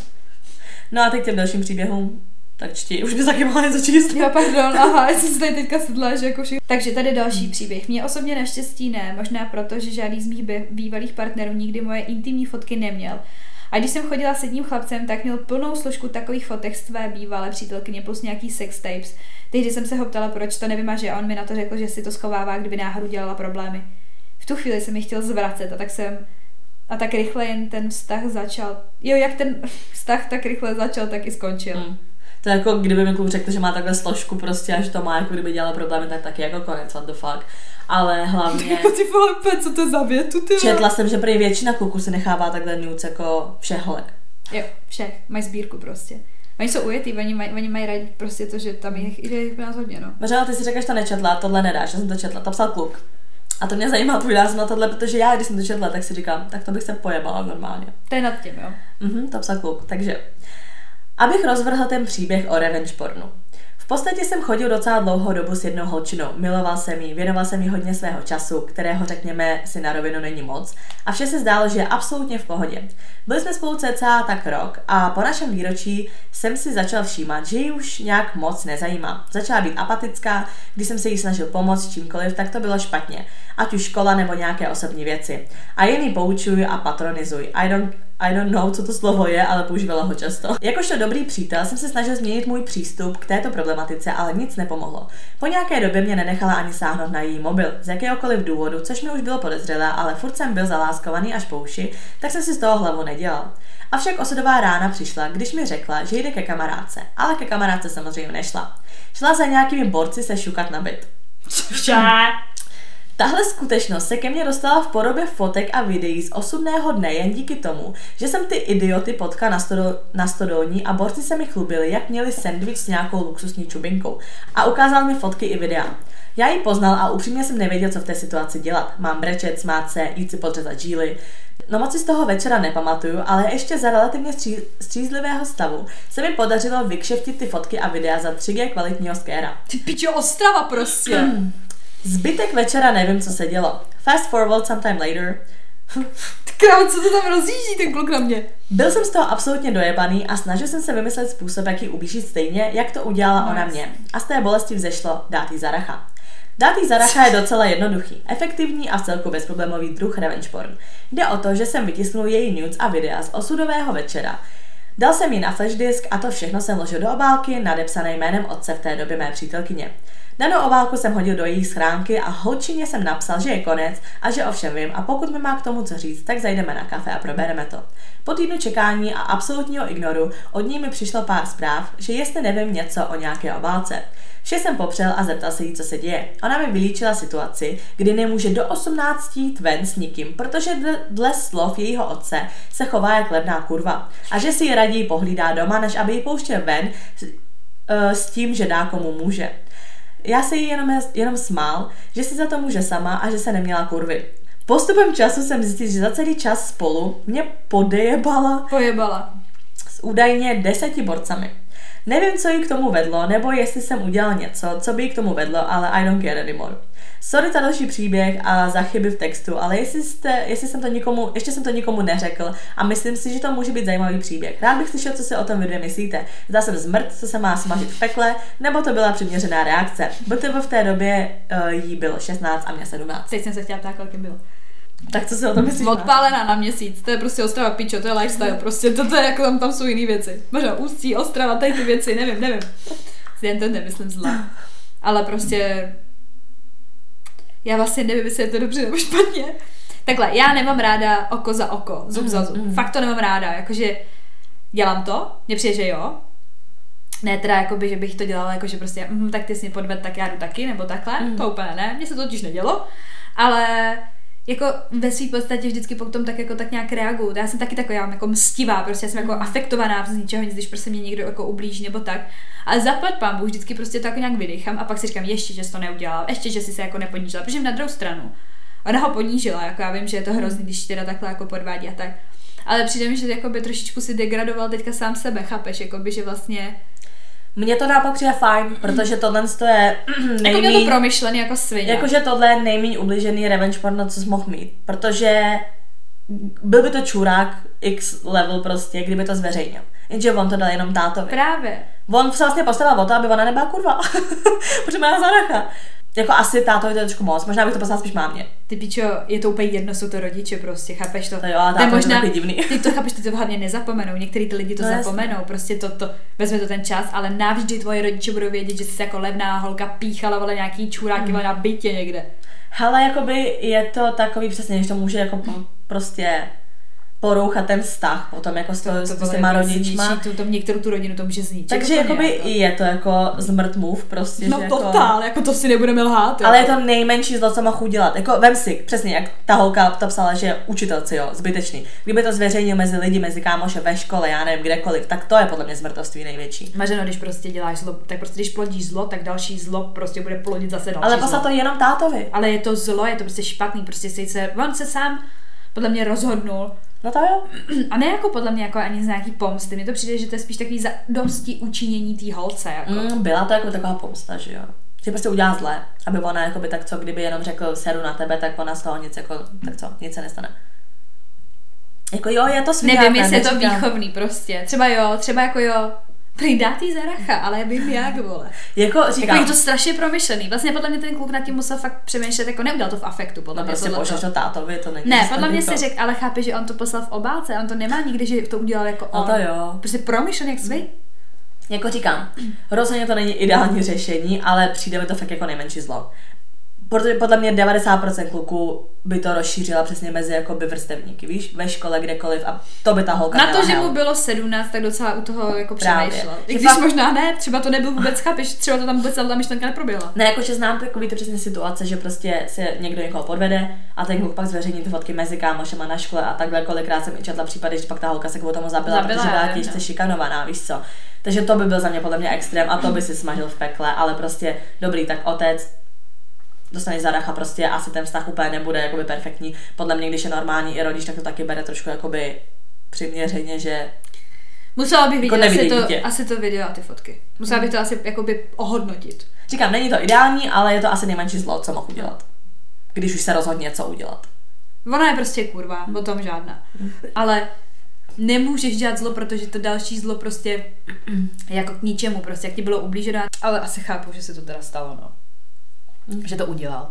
No a teď těm dalším příběhům. Tak čti, už by taky mohla něco číst. Jo, pardon, aha, já jsem se tady teďka sedla, že jako všichni. Takže tady další příběh. Mě osobně naštěstí ne, možná proto, že žádný z mých bývalých partnerů nikdy moje intimní fotky neměl. A když jsem chodila s jedním chlapcem, tak měl plnou složku takových fotek z tvé bývalé přítelkyně plus nějaký sex tapes. Tehdy jsem se ho ptala, proč to nevymaže a on mi na to řekl, že si to schovává, kdyby náhodou dělala problémy. V tu chvíli jsem ji chtěl zvracet a tak jsem a tak rychle jen ten vztah začal. Jo, jak ten vztah tak rychle začal, tak i skončil. Mm. To je jako kdyby mi kluk řekl, že má takhle složku prostě a že to má, jako kdyby dělala problémy, tak taky jako konec, what the fuck. Ale hlavně... Jako ty vole, co to je za větu, ty vole? Četla jsem, že prý většina kluků si nechává takhle nudes jako všech holek. Jo, všech. Mají sbírku prostě. Oni jsou ujetý, oni mají, oni mají rádi prostě to, že tam je, že je nás hodně, no. Možná ty si řekneš, že to nečetla, tohle nedáš, já jsem to četla, to psal kluk. A to mě zajímá tvůj názor na tohle, protože já, když jsem to četla, tak si říkám, tak to bych se pojebala normálně. To je nad tím, jo. Mhm, to psal kluk, takže... Abych rozvrhl ten příběh o revenge pornu. V podstatě jsem chodil docela dlouhou dobu s jednou holčinou, miloval jsem jí, věnoval jsem jí hodně svého času, kterého řekněme si na rovinu není moc, a vše se zdálo, že je absolutně v pohodě. Byli jsme spolu cca tak rok a po našem výročí jsem si začal všímat, že ji už nějak moc nezajímá. Začala být apatická, když jsem se jí snažil pomoct čímkoliv, tak to bylo špatně, ať už škola nebo nějaké osobní věci. A jen ji poučuji a patronizuji. I don't I don't know, co to slovo je, ale používala ho často. Jakožto dobrý přítel jsem se snažil změnit můj přístup k této problematice, ale nic nepomohlo. Po nějaké době mě nenechala ani sáhnout na její mobil, z jakéhokoliv důvodu, což mi už bylo podezřelé, ale furt jsem byl zaláskovaný až po uši, tak jsem si z toho hlavu nedělal. Avšak osudová rána přišla, když mi řekla, že jde ke kamarádce, ale ke kamarádce samozřejmě nešla. Šla za nějakými borci se šukat na byt. Tahle skutečnost se ke mně dostala v podobě fotek a videí z osudného dne jen díky tomu, že jsem ty idioty potkala na, stodo, na stodolní a borci se mi chlubili, jak měli sendvič s nějakou luxusní čubinkou. A ukázal mi fotky i videa. Já ji poznal a upřímně jsem nevěděl, co v té situaci dělat. Mám brečet, smát se, jít si podřezat žíly. No moc si z toho večera nepamatuju, ale ještě za relativně stří, střízlivého stavu se mi podařilo vykšeftit ty fotky a videa za tři gé kvalitního skéra. Ty pičo, Ostrava prostě! Mm. Zbytek večera nevím, co se dělo. Fast forward sometime later. Krávo, co to tam rozjíždí ten kluk na mě? Byl jsem z toho absolutně dojebaný a snažil jsem se vymyslet způsob, jak ji ublížit stejně, jak to udělala nice. Ona mě. A z té bolesti vzešlo dát jí zaracha. Dát jí zaracha je docela jednoduchý, efektivní a vcelku bezproblémový druh revenge porn. Jde o to, že jsem vytisknul její nudes a videa z osudového večera. Dal jsem ji na flashdisk a to všechno jsem vložil do obálky nadepsané jménem otce v té době mé přítelkyně. Danou obálku jsem hodil do její schránky a holčině jsem napsal, že je konec a že ovšem vím a pokud mi má k tomu co říct, tak zajdeme na kafe a probereme to. Po týdnu čekání a absolutního ignoru od ní mi přišlo pár zpráv, že jestli nevím něco o nějaké obálce. Vše jsem popřel a zeptal se jí, co se děje. Ona mi vylíčila situaci, kdy nemůže do osmnácti jít ven s nikým, protože dle slov jejího otce se chová jak levná kurva a že si ji raději pohlídá doma, než aby ji pouštěl ven s tím, že dá komu může. Já se jí jenom, jenom smál, že si za to může sama a že se neměla kurvy. Postupem času jsem zjistil, že za celý čas spolu mě podejebala Pojebala. s údajně deseti borcami. Nevím, co jí k tomu vedlo, nebo jestli jsem udělal něco, co by jí k tomu vedlo, ale I don't care anymore. Sorry za další příběh a za chyby v textu, ale jestli, jste, jestli jsem to nikomu, ještě jsem to nikomu neřekl a myslím si, že to může být zajímavý příběh. Rád bych slyšel, co si o tom videu myslíte. Zda jsem zmrt, co se má smažit v pekle, nebo to byla přiměřená reakce. Protože v té době uh, jí bylo šestnáct a mě sedmnáct. Teď jsem se chtěla ptát, kolik bylo. Tak co si o tom myslíš? Odpálená na měsíc, to je prostě Ostrava pičo, to je lifestyle, prostě to, to je jako tam, tam jsou jiné věci. Možná Ústí, Ostrava, tady ty věci, nevím, nevím. Jen to nemyslím zla. Ale prostě já vlastně nevím, jestli je to dobře nebo špatně. Takhle, já nemám ráda oko za oko, zub mm, za zub. Mm. Fakt to nemám ráda, jakože dělám to, mně přijde, že jo. Ne teda, jakoby, že bych to dělala, jakože prostě, mm, tak ty jsi mě podved, tak já jdu taky, nebo takhle, mm. to úplně ne, mně se to totiž nedělo, ale jako ve své podstatě vždycky potom tak jako tak nějak reaguju. Já jsem taky taková jako mstivá, prostě já jsem jako afektovaná z ničeho nic, když prostě mě někdo jako ublíží nebo tak. Ale zaplať pánbůh, vždycky prostě to jako nějak vydechám a pak si říkám, ještě, že jsi to neudělala, ještě, že jsi se jako neponížila, protože na druhou stranu. Ona ho ponížila, jako já vím, že je to hrozný, když teda takhle jako podvádí a tak. Ale přijde mi, že jakoby trošičku si degradoval teďka sám sebe, chápeš, jakoby, že vlastně mně to naopak přijde fajn, protože tohle je nejméně... Jako mě to promyšlený jako svině. Jakože tohle je nejméně ublížený revenge porno, co jsi mohl mít. Protože byl by to čurák X level prostě, kdyby to zveřejnil. Jenže on to dal jenom tátovi. Právě. On se vlastně postavil o to, aby ona nebyla kurva. Protože má záracha. Jako asi tátovi to je trošku moc, možná bych to poslala spíš mámě. Ty pičo, je to úplně jedno, jsou to rodiče prostě, chápeš to? To jo, ale táto je takový divný. Ty to chápeš, ty to hlavně nezapomenou, některý ty lidi to no, zapomenou, jasný. Prostě to, to, vezme to ten čas, ale navždy tvoje rodiče budou vědět, že jsi jako levná holka píchala, vole nějaký čuráky mm. na bytě někde. Hele, jakoby je to takový přesně, že to může jako mm. prostě porouchat ten vztah potom jako s, to, to, to s těma rodičma. To, to některou tu rodinu to může zničit. Takže jakoby jako. Je to jako zmrt move prostě. No že totál, jako, jako to si nebudeme lhát. Ale jako. Je to nejmenší zlo, co mohl udělat. Jako vem si, přesně jak ta holka to psala, že je učitelci, jo, zbytečný. Kdyby to zveřejnil mezi lidi, mezi kámoše ve škole, já nevím, kdekoliv, tak to je podle mě zmrtovství největší. Maženo, když prostě děláš zlo, tak prostě když plodíš zlo, tak další zlo prostě bude plodit zase další. Ale poslat to jenom tátovi. Ale je to zlo, je to prostě špatný, prostě se, on se sám podle mě rozhodnul. No to jo. A ne jako podle mě jako ani z nějaký pomsty. Mně to přijde, že to je spíš takový za dosti učinění té holce. Jako. Mm, byla to jako taková pomsta, že jo. Že prostě udělá zle, aby ona jakoby tak co, kdyby jenom řekl seru na tebe, tak ona z toho nic jako, tak co, nic se nestane. Jako jo, je to svíjáka. Nevím, jestli je to výchovný prostě. Třeba jo, třeba jako jo, prý dá tý zaracha, ale já vím jak, vole. Jako říkám. Jako je to strašně promyšlený. Vlastně podle mě ten kluk nad tím musel fakt přemýšlet, jako neudělal to v afektu, podle no mě. prostě pošleš to tátovi, to není. Ne, podle mě si řekl, ale chápe, že on to poslal v obálce, on to nemá nikdy, že to udělal jako on. No to jo. Prostě promyšlený jak svý. Jako říkám, rozhodně to není ideální řešení, ale přijde mi to fakt jako nejmenší zlo. Protože podle mě devadesát procent kluků by to rozšířila přesně mezi jakoby vrstevníky, víš, ve škole, kdekoliv a to by ta holka na to, že mu bylo sedmnáct, tak docela u toho jako přemýšlel. I když fakt možná ne, třeba to nebyl vůbec, chápeš, třeba to tam vůbec ta myšlenka neproběhla. Ne, jakože znám takový to přesně situace, že prostě se někdo někoho podvede a ten kluk pak zveřejní ty fotky mezi kámošema na škole a takhle, kolikrát jsem i četla případy, že pak ta holka se k tomu zabila, zabila protože byla těžce šikanovaná, víš co. Takže to by byl za mě podle mě extrém a to by si smažil v pekle, ale prostě dobrý, tak otec dostaneš zaracha, prostě asi ten vztah úplně nebude jakoby perfektní. Podle mě, když je normální i rodič, tak to taky bere trošku jakoby přiměřeně, že musela bych vidět jako asi, to, asi to video a ty fotky. Musela bych to asi jakoby ohodnotit. Říkám, není to ideální, ale je to asi nejmenší zlo, co mohl udělat. Když už se rozhodně něco udělat. Ona je prostě kurva, o tom žádná. Ale nemůžeš dělat zlo, protože to další zlo prostě jako k ničemu, prostě jak ti bylo ublíženo. Ale asi chápu, že se to teda stalo, no. Že to udělal.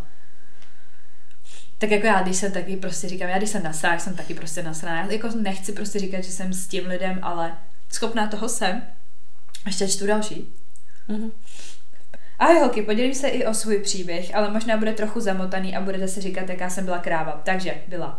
Tak jako já, když jsem taky prostě říkám, já když jsem nasrá, jsem taky prostě nasrá. Já jako nechci prostě říkat, že jsem s tím lidem, ale schopná toho jsem. Ještě čtu další. Mm-hmm. Ahoj holky, podělím se i o svůj příběh, ale možná bude trochu zamotaný a budete si říkat, jaká jsem byla kráva. Takže byla.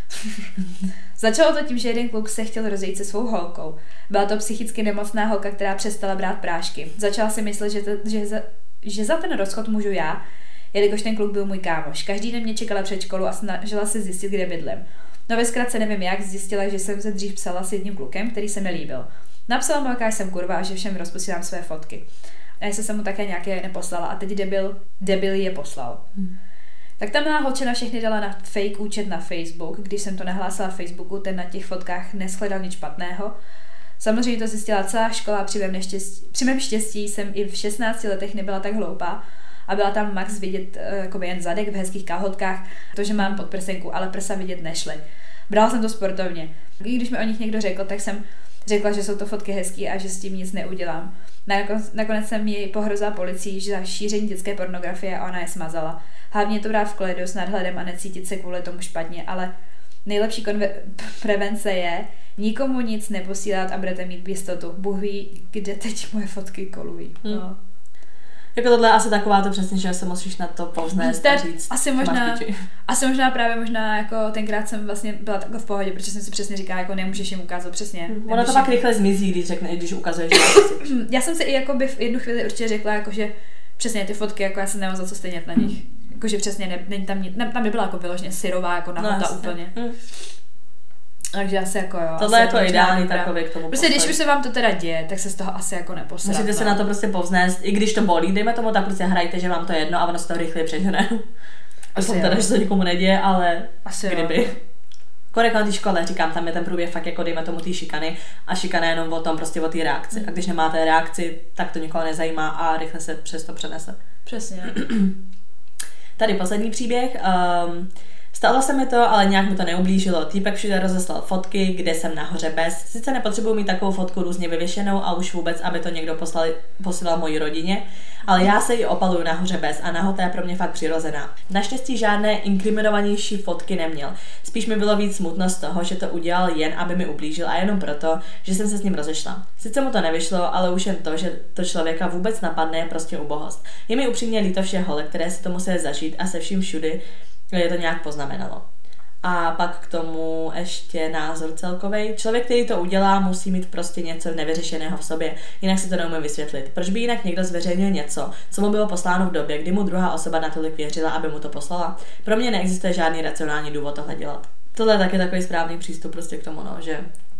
Začalo to tím, že jeden kluk se chtěl rozejít se svou holkou. Byla to psychicky nemocná holka, která přestala brát prášky. Začala si myslet, že, to, že, za, že za ten rozchod můžu já, jelikož ten kluk byl můj kámoš. Každý den mě čekala před školu a snažila se zjistit, kde bydlím. No ve zkratce nevím jak, zjistila, že jsem se dřív psala s jedním klukem, který se mi líbil. Napsala mu, jaká jsem kurva a že všem rozposílám své fotky. A já jsem mu také nějaké neposlala a teď debil, debil je poslal. Hmm. Tak ta milá holčina všechny dala na fake účet na Facebook. Když jsem to nahlásila v Facebooku, ten na těch fotkách neshledal nic špatného. Samozřejmě to zjistila celá škola, při mém, neštěstí, při mém štěstí jsem i v šestnácti letech nebyla tak hloupá a byla tam max vidět uh, jen zadek v hezkých kalhotkách, to, že mám podprsenku, ale prsa vidět nešly. Brala jsem to sportovně. I když mi o nich někdo řekl, tak jsem řekla, že jsou to fotky hezký a že s tím nic neudělám. Nakonec jsem ji pohrozila policii za šíření dětské pornografie a ona je smazala. Hlavně to brát v klidu s nadhledem a necítit se kvůli tomu špatně, ale nejlepší konve- prevence je nikomu nic neposílat a budete mít jistotu. Bůh ví, kde teď moje fotky kolují. Hmm. No. Jako tohle je asi taková to přesně, že se musíš na to povznést a říct. Asi možná, asi možná právě možná jako tenkrát jsem vlastně byla takhle v pohodě, protože jsem si přesně říkala, jako nemůžeš jim ukázat přesně. Hmm. Ono to pak rychle zmizí, když řekne, když ukazuješ. Já jsem si i jako by v jednu chvíli určitě řekla, jako že přesně ty fotky, jako já jsem nemám za co stejnět na nich. Hmm. Jakože přesně ne, není tam nic, tam nebyla jako vyloženě syrová, jako nahota no, úplně. Hmm. Takže asi jako jo. Tohle je to ideální takový k tomu. Prostě když už se vám to teda děje, tak se z toho asi jako neposrat. Musíte se na to prostě povznést, i když to bolí, dejme tomu, tak prostě hrajte, že vám to jedno a ono se to rychle přežene. Asi teda, že se nikomu neděje, ale asi kdyby. Jo. Korek na té škole, říkám, tam je ten průběh fakt jako dejme tomu té šikany a šikana je jenom o tom, prostě o té reakci. Mm. A když nemáte reakci, tak to nikoho nezajímá a rychle se přes to přenese. Přesně. Tady poslední příběh. Um, Stalo se mi to, ale nějak mi to neublížilo. Týpek všude rozeslal fotky, kde jsem nahoře bez. Sice nepotřebuji mít takovou fotku různě vyvěšenou a už vůbec, aby to někdo poslal, posílal mojí rodině, ale já se ji opaluju nahoře bez a nahota je pro mě fakt přirozená. Naštěstí žádné inkriminovanější fotky neměl. Spíš mi bylo víc smutno z toho, že to udělal jen, aby mi ublížil a jenom proto, že jsem se s ním rozešla. Sice mu to nevyšlo, ale už jen to, že to člověka vůbec napadne, je prostě ubohost. Je mi upřímně líto všech holek, které si to museli zažít a se vším všudy je to nějak poznamenalo. A pak k tomu ještě názor celkovej. Člověk, který to udělá, musí mít prostě něco nevyřešeného v sobě, jinak si to neumím vysvětlit. Proč by jinak někdo zveřejnil něco, co mu bylo posláno v době, kdy mu druhá osoba natolik věřila, aby mu to poslala? Pro mě neexistuje žádný racionální důvod tohle dělat. Tohle je taky takový správný přístup prostě k tomu, no, že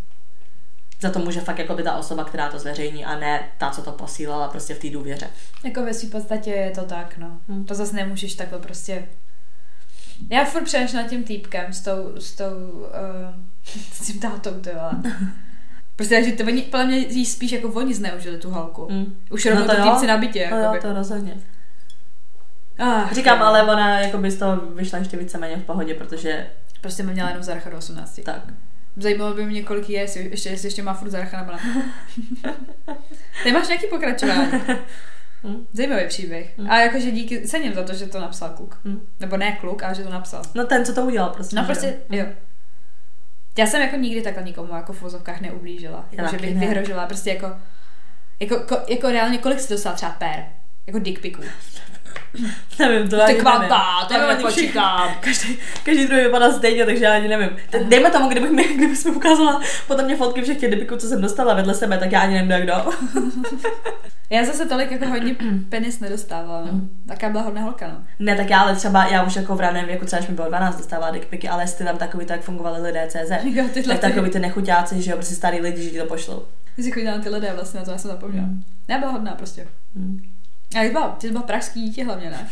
za to může fakt jako by ta osoba, která to zveřejní a ne ta, co to posílala prostě v té důvěře. Jako ve svým podstatě je to tak, no. Hmm. To zase nemůžeš takhle prostě. Já furt přemýšlím nad tím týpkem s tou, s tou, uh, s tím tátou, ty vole. Prostě, takže to oni, podle mě jí spíš jako oni zneužili tu holku. Mm. Už rovnou no to týpci na bytě. No jo, to rozhodně. Ah, Říkám, jo. Ale ona jako by z toho vyšla ještě víceméně v pohodě, protože prostě mě měla jenom záracha do osmnácti. Tak. Zajímalo by mě, kolik je, jestli ještě, jestli ještě má furt záracha nebo ne. Nemáš nějaký pokračování? Hmm. Zajímavý příběh. Hmm. A jakože díky, cením za to, že to napsal kluk. Hmm. Nebo ne kluk, ale že to napsal. No ten, co to udělal prostě. No prostě, jo. jo. Já jsem jako nikdy takhle nikomu jako v vozovkách neublížila. Jako, že bych ne. vyhrožila. Prostě jako, jako, jako, jako reálně, kolik jsi dostala třeba pér? Jako dick piců. Nevím, to ani kvanta, to já nepočítám. Každý, každý druhý vypadá stejně, takže já ani nevím. Te, dejme tomu, kdybych mi, kdybych mi ukázala potom mě fotky všech těch dickpiců, co jsem dostala vedle sebe, tak já ani nevím, jak kdo. Já zase tolik jako hodně penis nedostávala, no. Taká byla hodná holka, no. Ne, tak já ale třeba, já už jako v raném věku, třeba když mi bylo dvanáct, dostávala dickpiky, ale jestli tam takový tak fungovali lidé C Z, jo, tak takový ty nechuťáci, že jo, prostě starý lidi, že ti to pošlou. Ty jsi chodila na ty lidé vlastně, na to já jsem zapomněla. Hmm. Já byla hodná prostě. Hmm. A ty byla, ty byla pražský dítě hlavně, ne?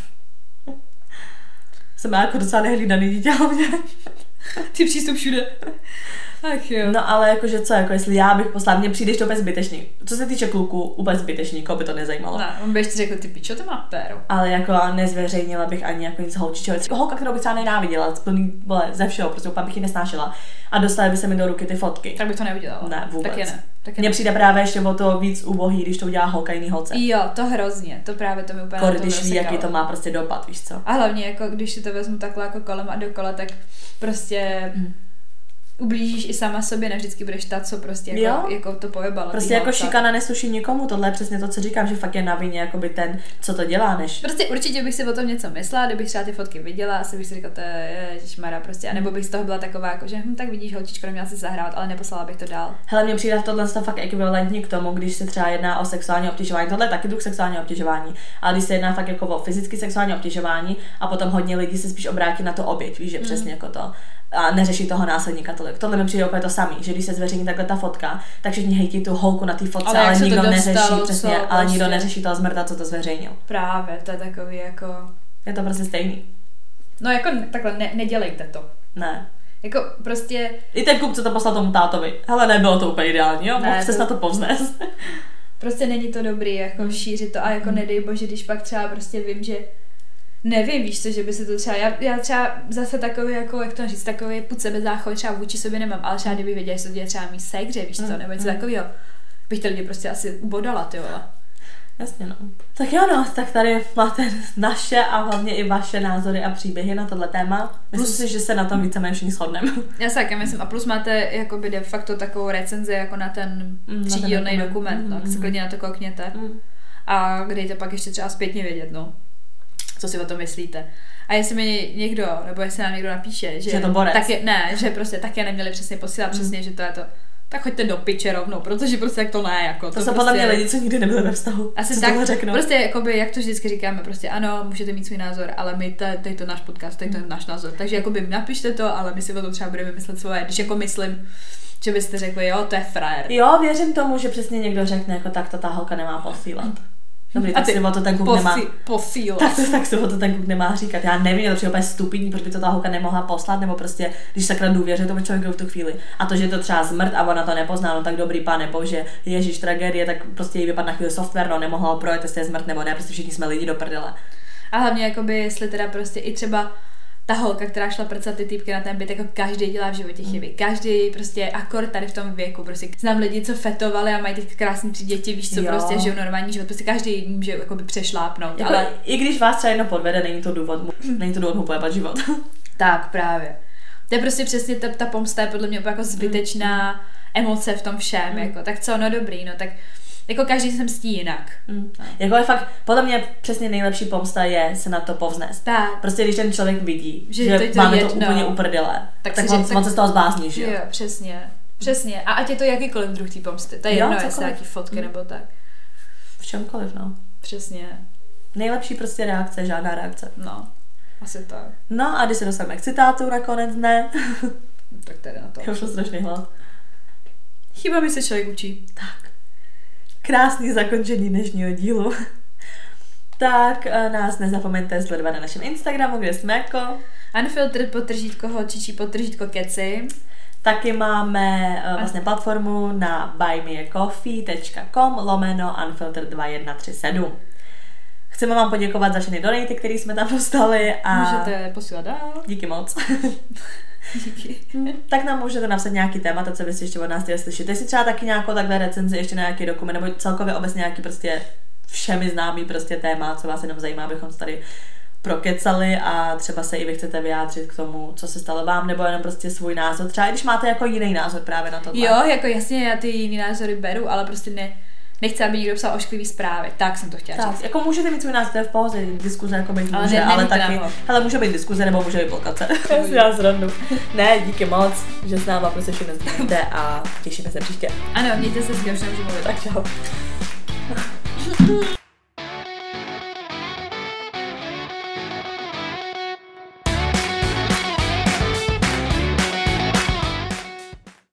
Jsem jako docela nehlídaný dítě hlavně. Ty přístup všude. Ach jo. No ale jakože co, jako jestli já bych poslala, mně přijdeš to úplně zbytečný. Co se týče kluků, úplně zbytečný, koho by to nezajímalo. Ne, on by ještě řekl, ty pičo, to má péro. Ale jako nezveřejnila bych ani jako nic holčičeho. Holka, kterou bych třeba nenáviděla, plný, vole, ze všeho, prostě úplně bych ji nesnášela. A dostali by se mi do ruky ty fotky. Tak bych to neudělala. Ne, vůbec. Tak je ne. Mně přijde právě ještě o to víc ubohý, když to udělá holka jiný holce. Jo, to hrozně, to právě to mi úplně Kor, když ví, jaký to má prostě dopad, víš co. A hlavně, jako když si to vezmu takhle jako kolem a dokola, tak prostě mm. ublížíš i sama sobě, ne vždycky budeš ta, co prostě jako, jako to pojebala. Prostě jako šikana nesluší nikomu, tohle je přesně to, co říkám, že fakt je na vině jakoby ten, co to dělá, než. Prostě určitě bych si o tom něco myslela, kdybych třeba ty fotky viděla, asi bych si říkala, to je ježišmarja prostě, anebo bych z toho byla taková, jako, že hm, tak vidíš, holčičko, neměla si zahrát, ale neposlala bych to dál. Hele, mně přijde tohle fakt ekvivalentní k tomu, když se třeba jedná o sexuální obtěžování. Tohle je taky druh sexuálního obtěžování, ale když se jedná fakt jako o fyzické sexuální obtěžování a potom hodně lidí se spíš obrátí na to oběť, víš, že mm. přesně jako to. A neřeší toho násilníka tolik. Tohle mi přijde úplně to samý, že když se zveřejní takhle ta fotka, tak všichni hejtí tu holku na té fotce, ale, ale nikdo neřeší přesně, co, ale prostě. nikdo neřeší toho zmrda, co to zveřejnil. Právě, to je takový jako. Je to prostě stejný. No jako takhle, ne, nedělejte to. Ne. Jako prostě. I ten kluk, co to poslal tomu tátovi. Hele, nebylo to úplně ideální, jo? Mohl se to... na to povznést. Prostě není to dobrý, jako šířit to a jako hmm. nedej bože, když pak třeba prostě vím, že nevím, víš co, že by se to třeba, já, já třeba zase takový, jako, jak to říct, takový pud sebezáchod třeba vůči sobě nemám, ale třeba kdyby věděla, že to děje třeba mý segře, víš co, mm, nebo něco mm. takového, bych ty lidi prostě asi ubodala, ty vole. Jasně, no. Tak jo, no, tak tady máte naše a hlavně i vaše názory a příběhy na tohle téma. Myslím plus, si, že se na tom víceméně všichni shodneme. Já se taky myslím. A plus máte jakoby de facto takovou recenzi jako na ten třídílný dokument, dokument, no, tak se klidně na to koukněte. Mm. a dejte pak ještě třeba zpětně vědět, no. Co si o tom myslíte. A jestli mi někdo, nebo jestli nám někdo napíše, že, že to borec. Taky, ne, že prostě taky neměli přesně posílat mm. přesně, že to je to, tak choďte do piče rovnou, protože prostě jak to ne, jako. To, to jsou prostě, podle mě lidi, co nikdy nebyli ve vztahu. Asi co tak, řeknou. prostě jakoby, jak to vždycky říkáme, prostě ano, můžete mít svůj názor, ale my, tady to náš podcast, tady to je náš názor. Takže jakoby napište to, ale my si o tom třeba budeme myslet svoje, když jako myslím, že byste řekli, jo, to je frajer. Jo, věřím tomu, že přesně někdo řekne, jako tak to ta holka nemá posílat. Dobrý, tak si o to ten kluk nemá. Posílat. Tak, to, tak si o to ten kluk nemá říkat. Já nevím, je to přijde úplně stupidní, proč by to ta holka nemohla poslat, nebo prostě, když sakra důvěře tomu člověku v tu chvíli. A to, že je to třeba zmrt a ona to nepozná, no tak dobrý pane bože, ježíš tragédie, tak prostě jí vypadne na chvíli software, no nemohla ho projet, jestli je zmrt nebo ne, prostě všichni jsme lidi do prdele. A hlavně jakoby, jestli teda prostě i třeba ta holka, která šla prcat ty týpky na ten byt, jako každý dělá v životě chyby. Každý prostě akord tady v tom věku. Prostě znám lidi, co fetovali a mají teď krásné tři děti, víš co, jo. Prostě žijou normální život. Prostě každý může jakoby přešlápnout. Jako, ale i když vás třeba jedno podvede, není to důvod, mu, není to důvod mu pojebat život. Tak právě. To je prostě přesně ta, ta pomsta je podle mě jako zbytečná mm. emoce v tom všem. Mm. Jako. Tak co, no dobrý, no tak jako každý se mstí jinak. Mm. No. Jako je fakt, podle mě přesně nejlepší pomsta je se na to povznést. Tak. Prostě když ten člověk vidí, že, že to máme jedno. to úplně uprdele, tak, tak, on, tak on se z toho zblázní, že jo? Jo, přesně. Přesně. A ať je to jakýkoliv druh té pomsty. To je jo, jedno, cokoliv. jestli nějaký fotky mm. nebo tak. V čemkoliv, no. Přesně. Nejlepší prostě reakce, žádná reakce. No, asi tak. No a když se dostaneme k citátu nakonec dne. Tak tady na to. Já už mám strašný hlad. Chybami se člověk učí. Tak. Krásný zakončení dnešního dílu. Tak nás nezapomeňte sledovat na našem Instagramu, kde jsme jako Unfiltered potržítko holčičí potržítko keci. Taky máme uh, vlastně platformu na buymeacoffee tečka com lomeno unfiltered dva jedna tři sedm. Chceme vám poděkovat za všechny donaty, které jsme tam dostali a můžete posílat dál. Díky moc. Díky. Tak nám můžete napsat nějaký témata, co byste ještě od nás chtěli slyšet. Jestli třeba taky nějakou takhle recenzi, ještě na nějaký dokument, nebo celkově obecně nějaký prostě všemi známý prostě téma, co vás jenom zajímá, abychom se tady prokecali a třeba se i vy chcete vyjádřit k tomu, co se stalo vám, nebo jenom prostě svůj názor. Třeba i když máte jako jiný názor právě na to. Jo, jako jasně, já ty jiný názory beru, ale prostě ne, nechci, aby někdo psal ošklivý zprávy. Tak jsem to chtěla tak, říct. Jako můžete mít svůj názor, to je v pohodě, diskuze jako být může, ale, ale taky, hele, může být diskuze nebo může být blokace. Já zrandu. Ne, díky moc, že s náma prostě všechno sdílíte a těšíme se příště. Ano, mějte se, s kým už nemůžu mluvit. Tak čau.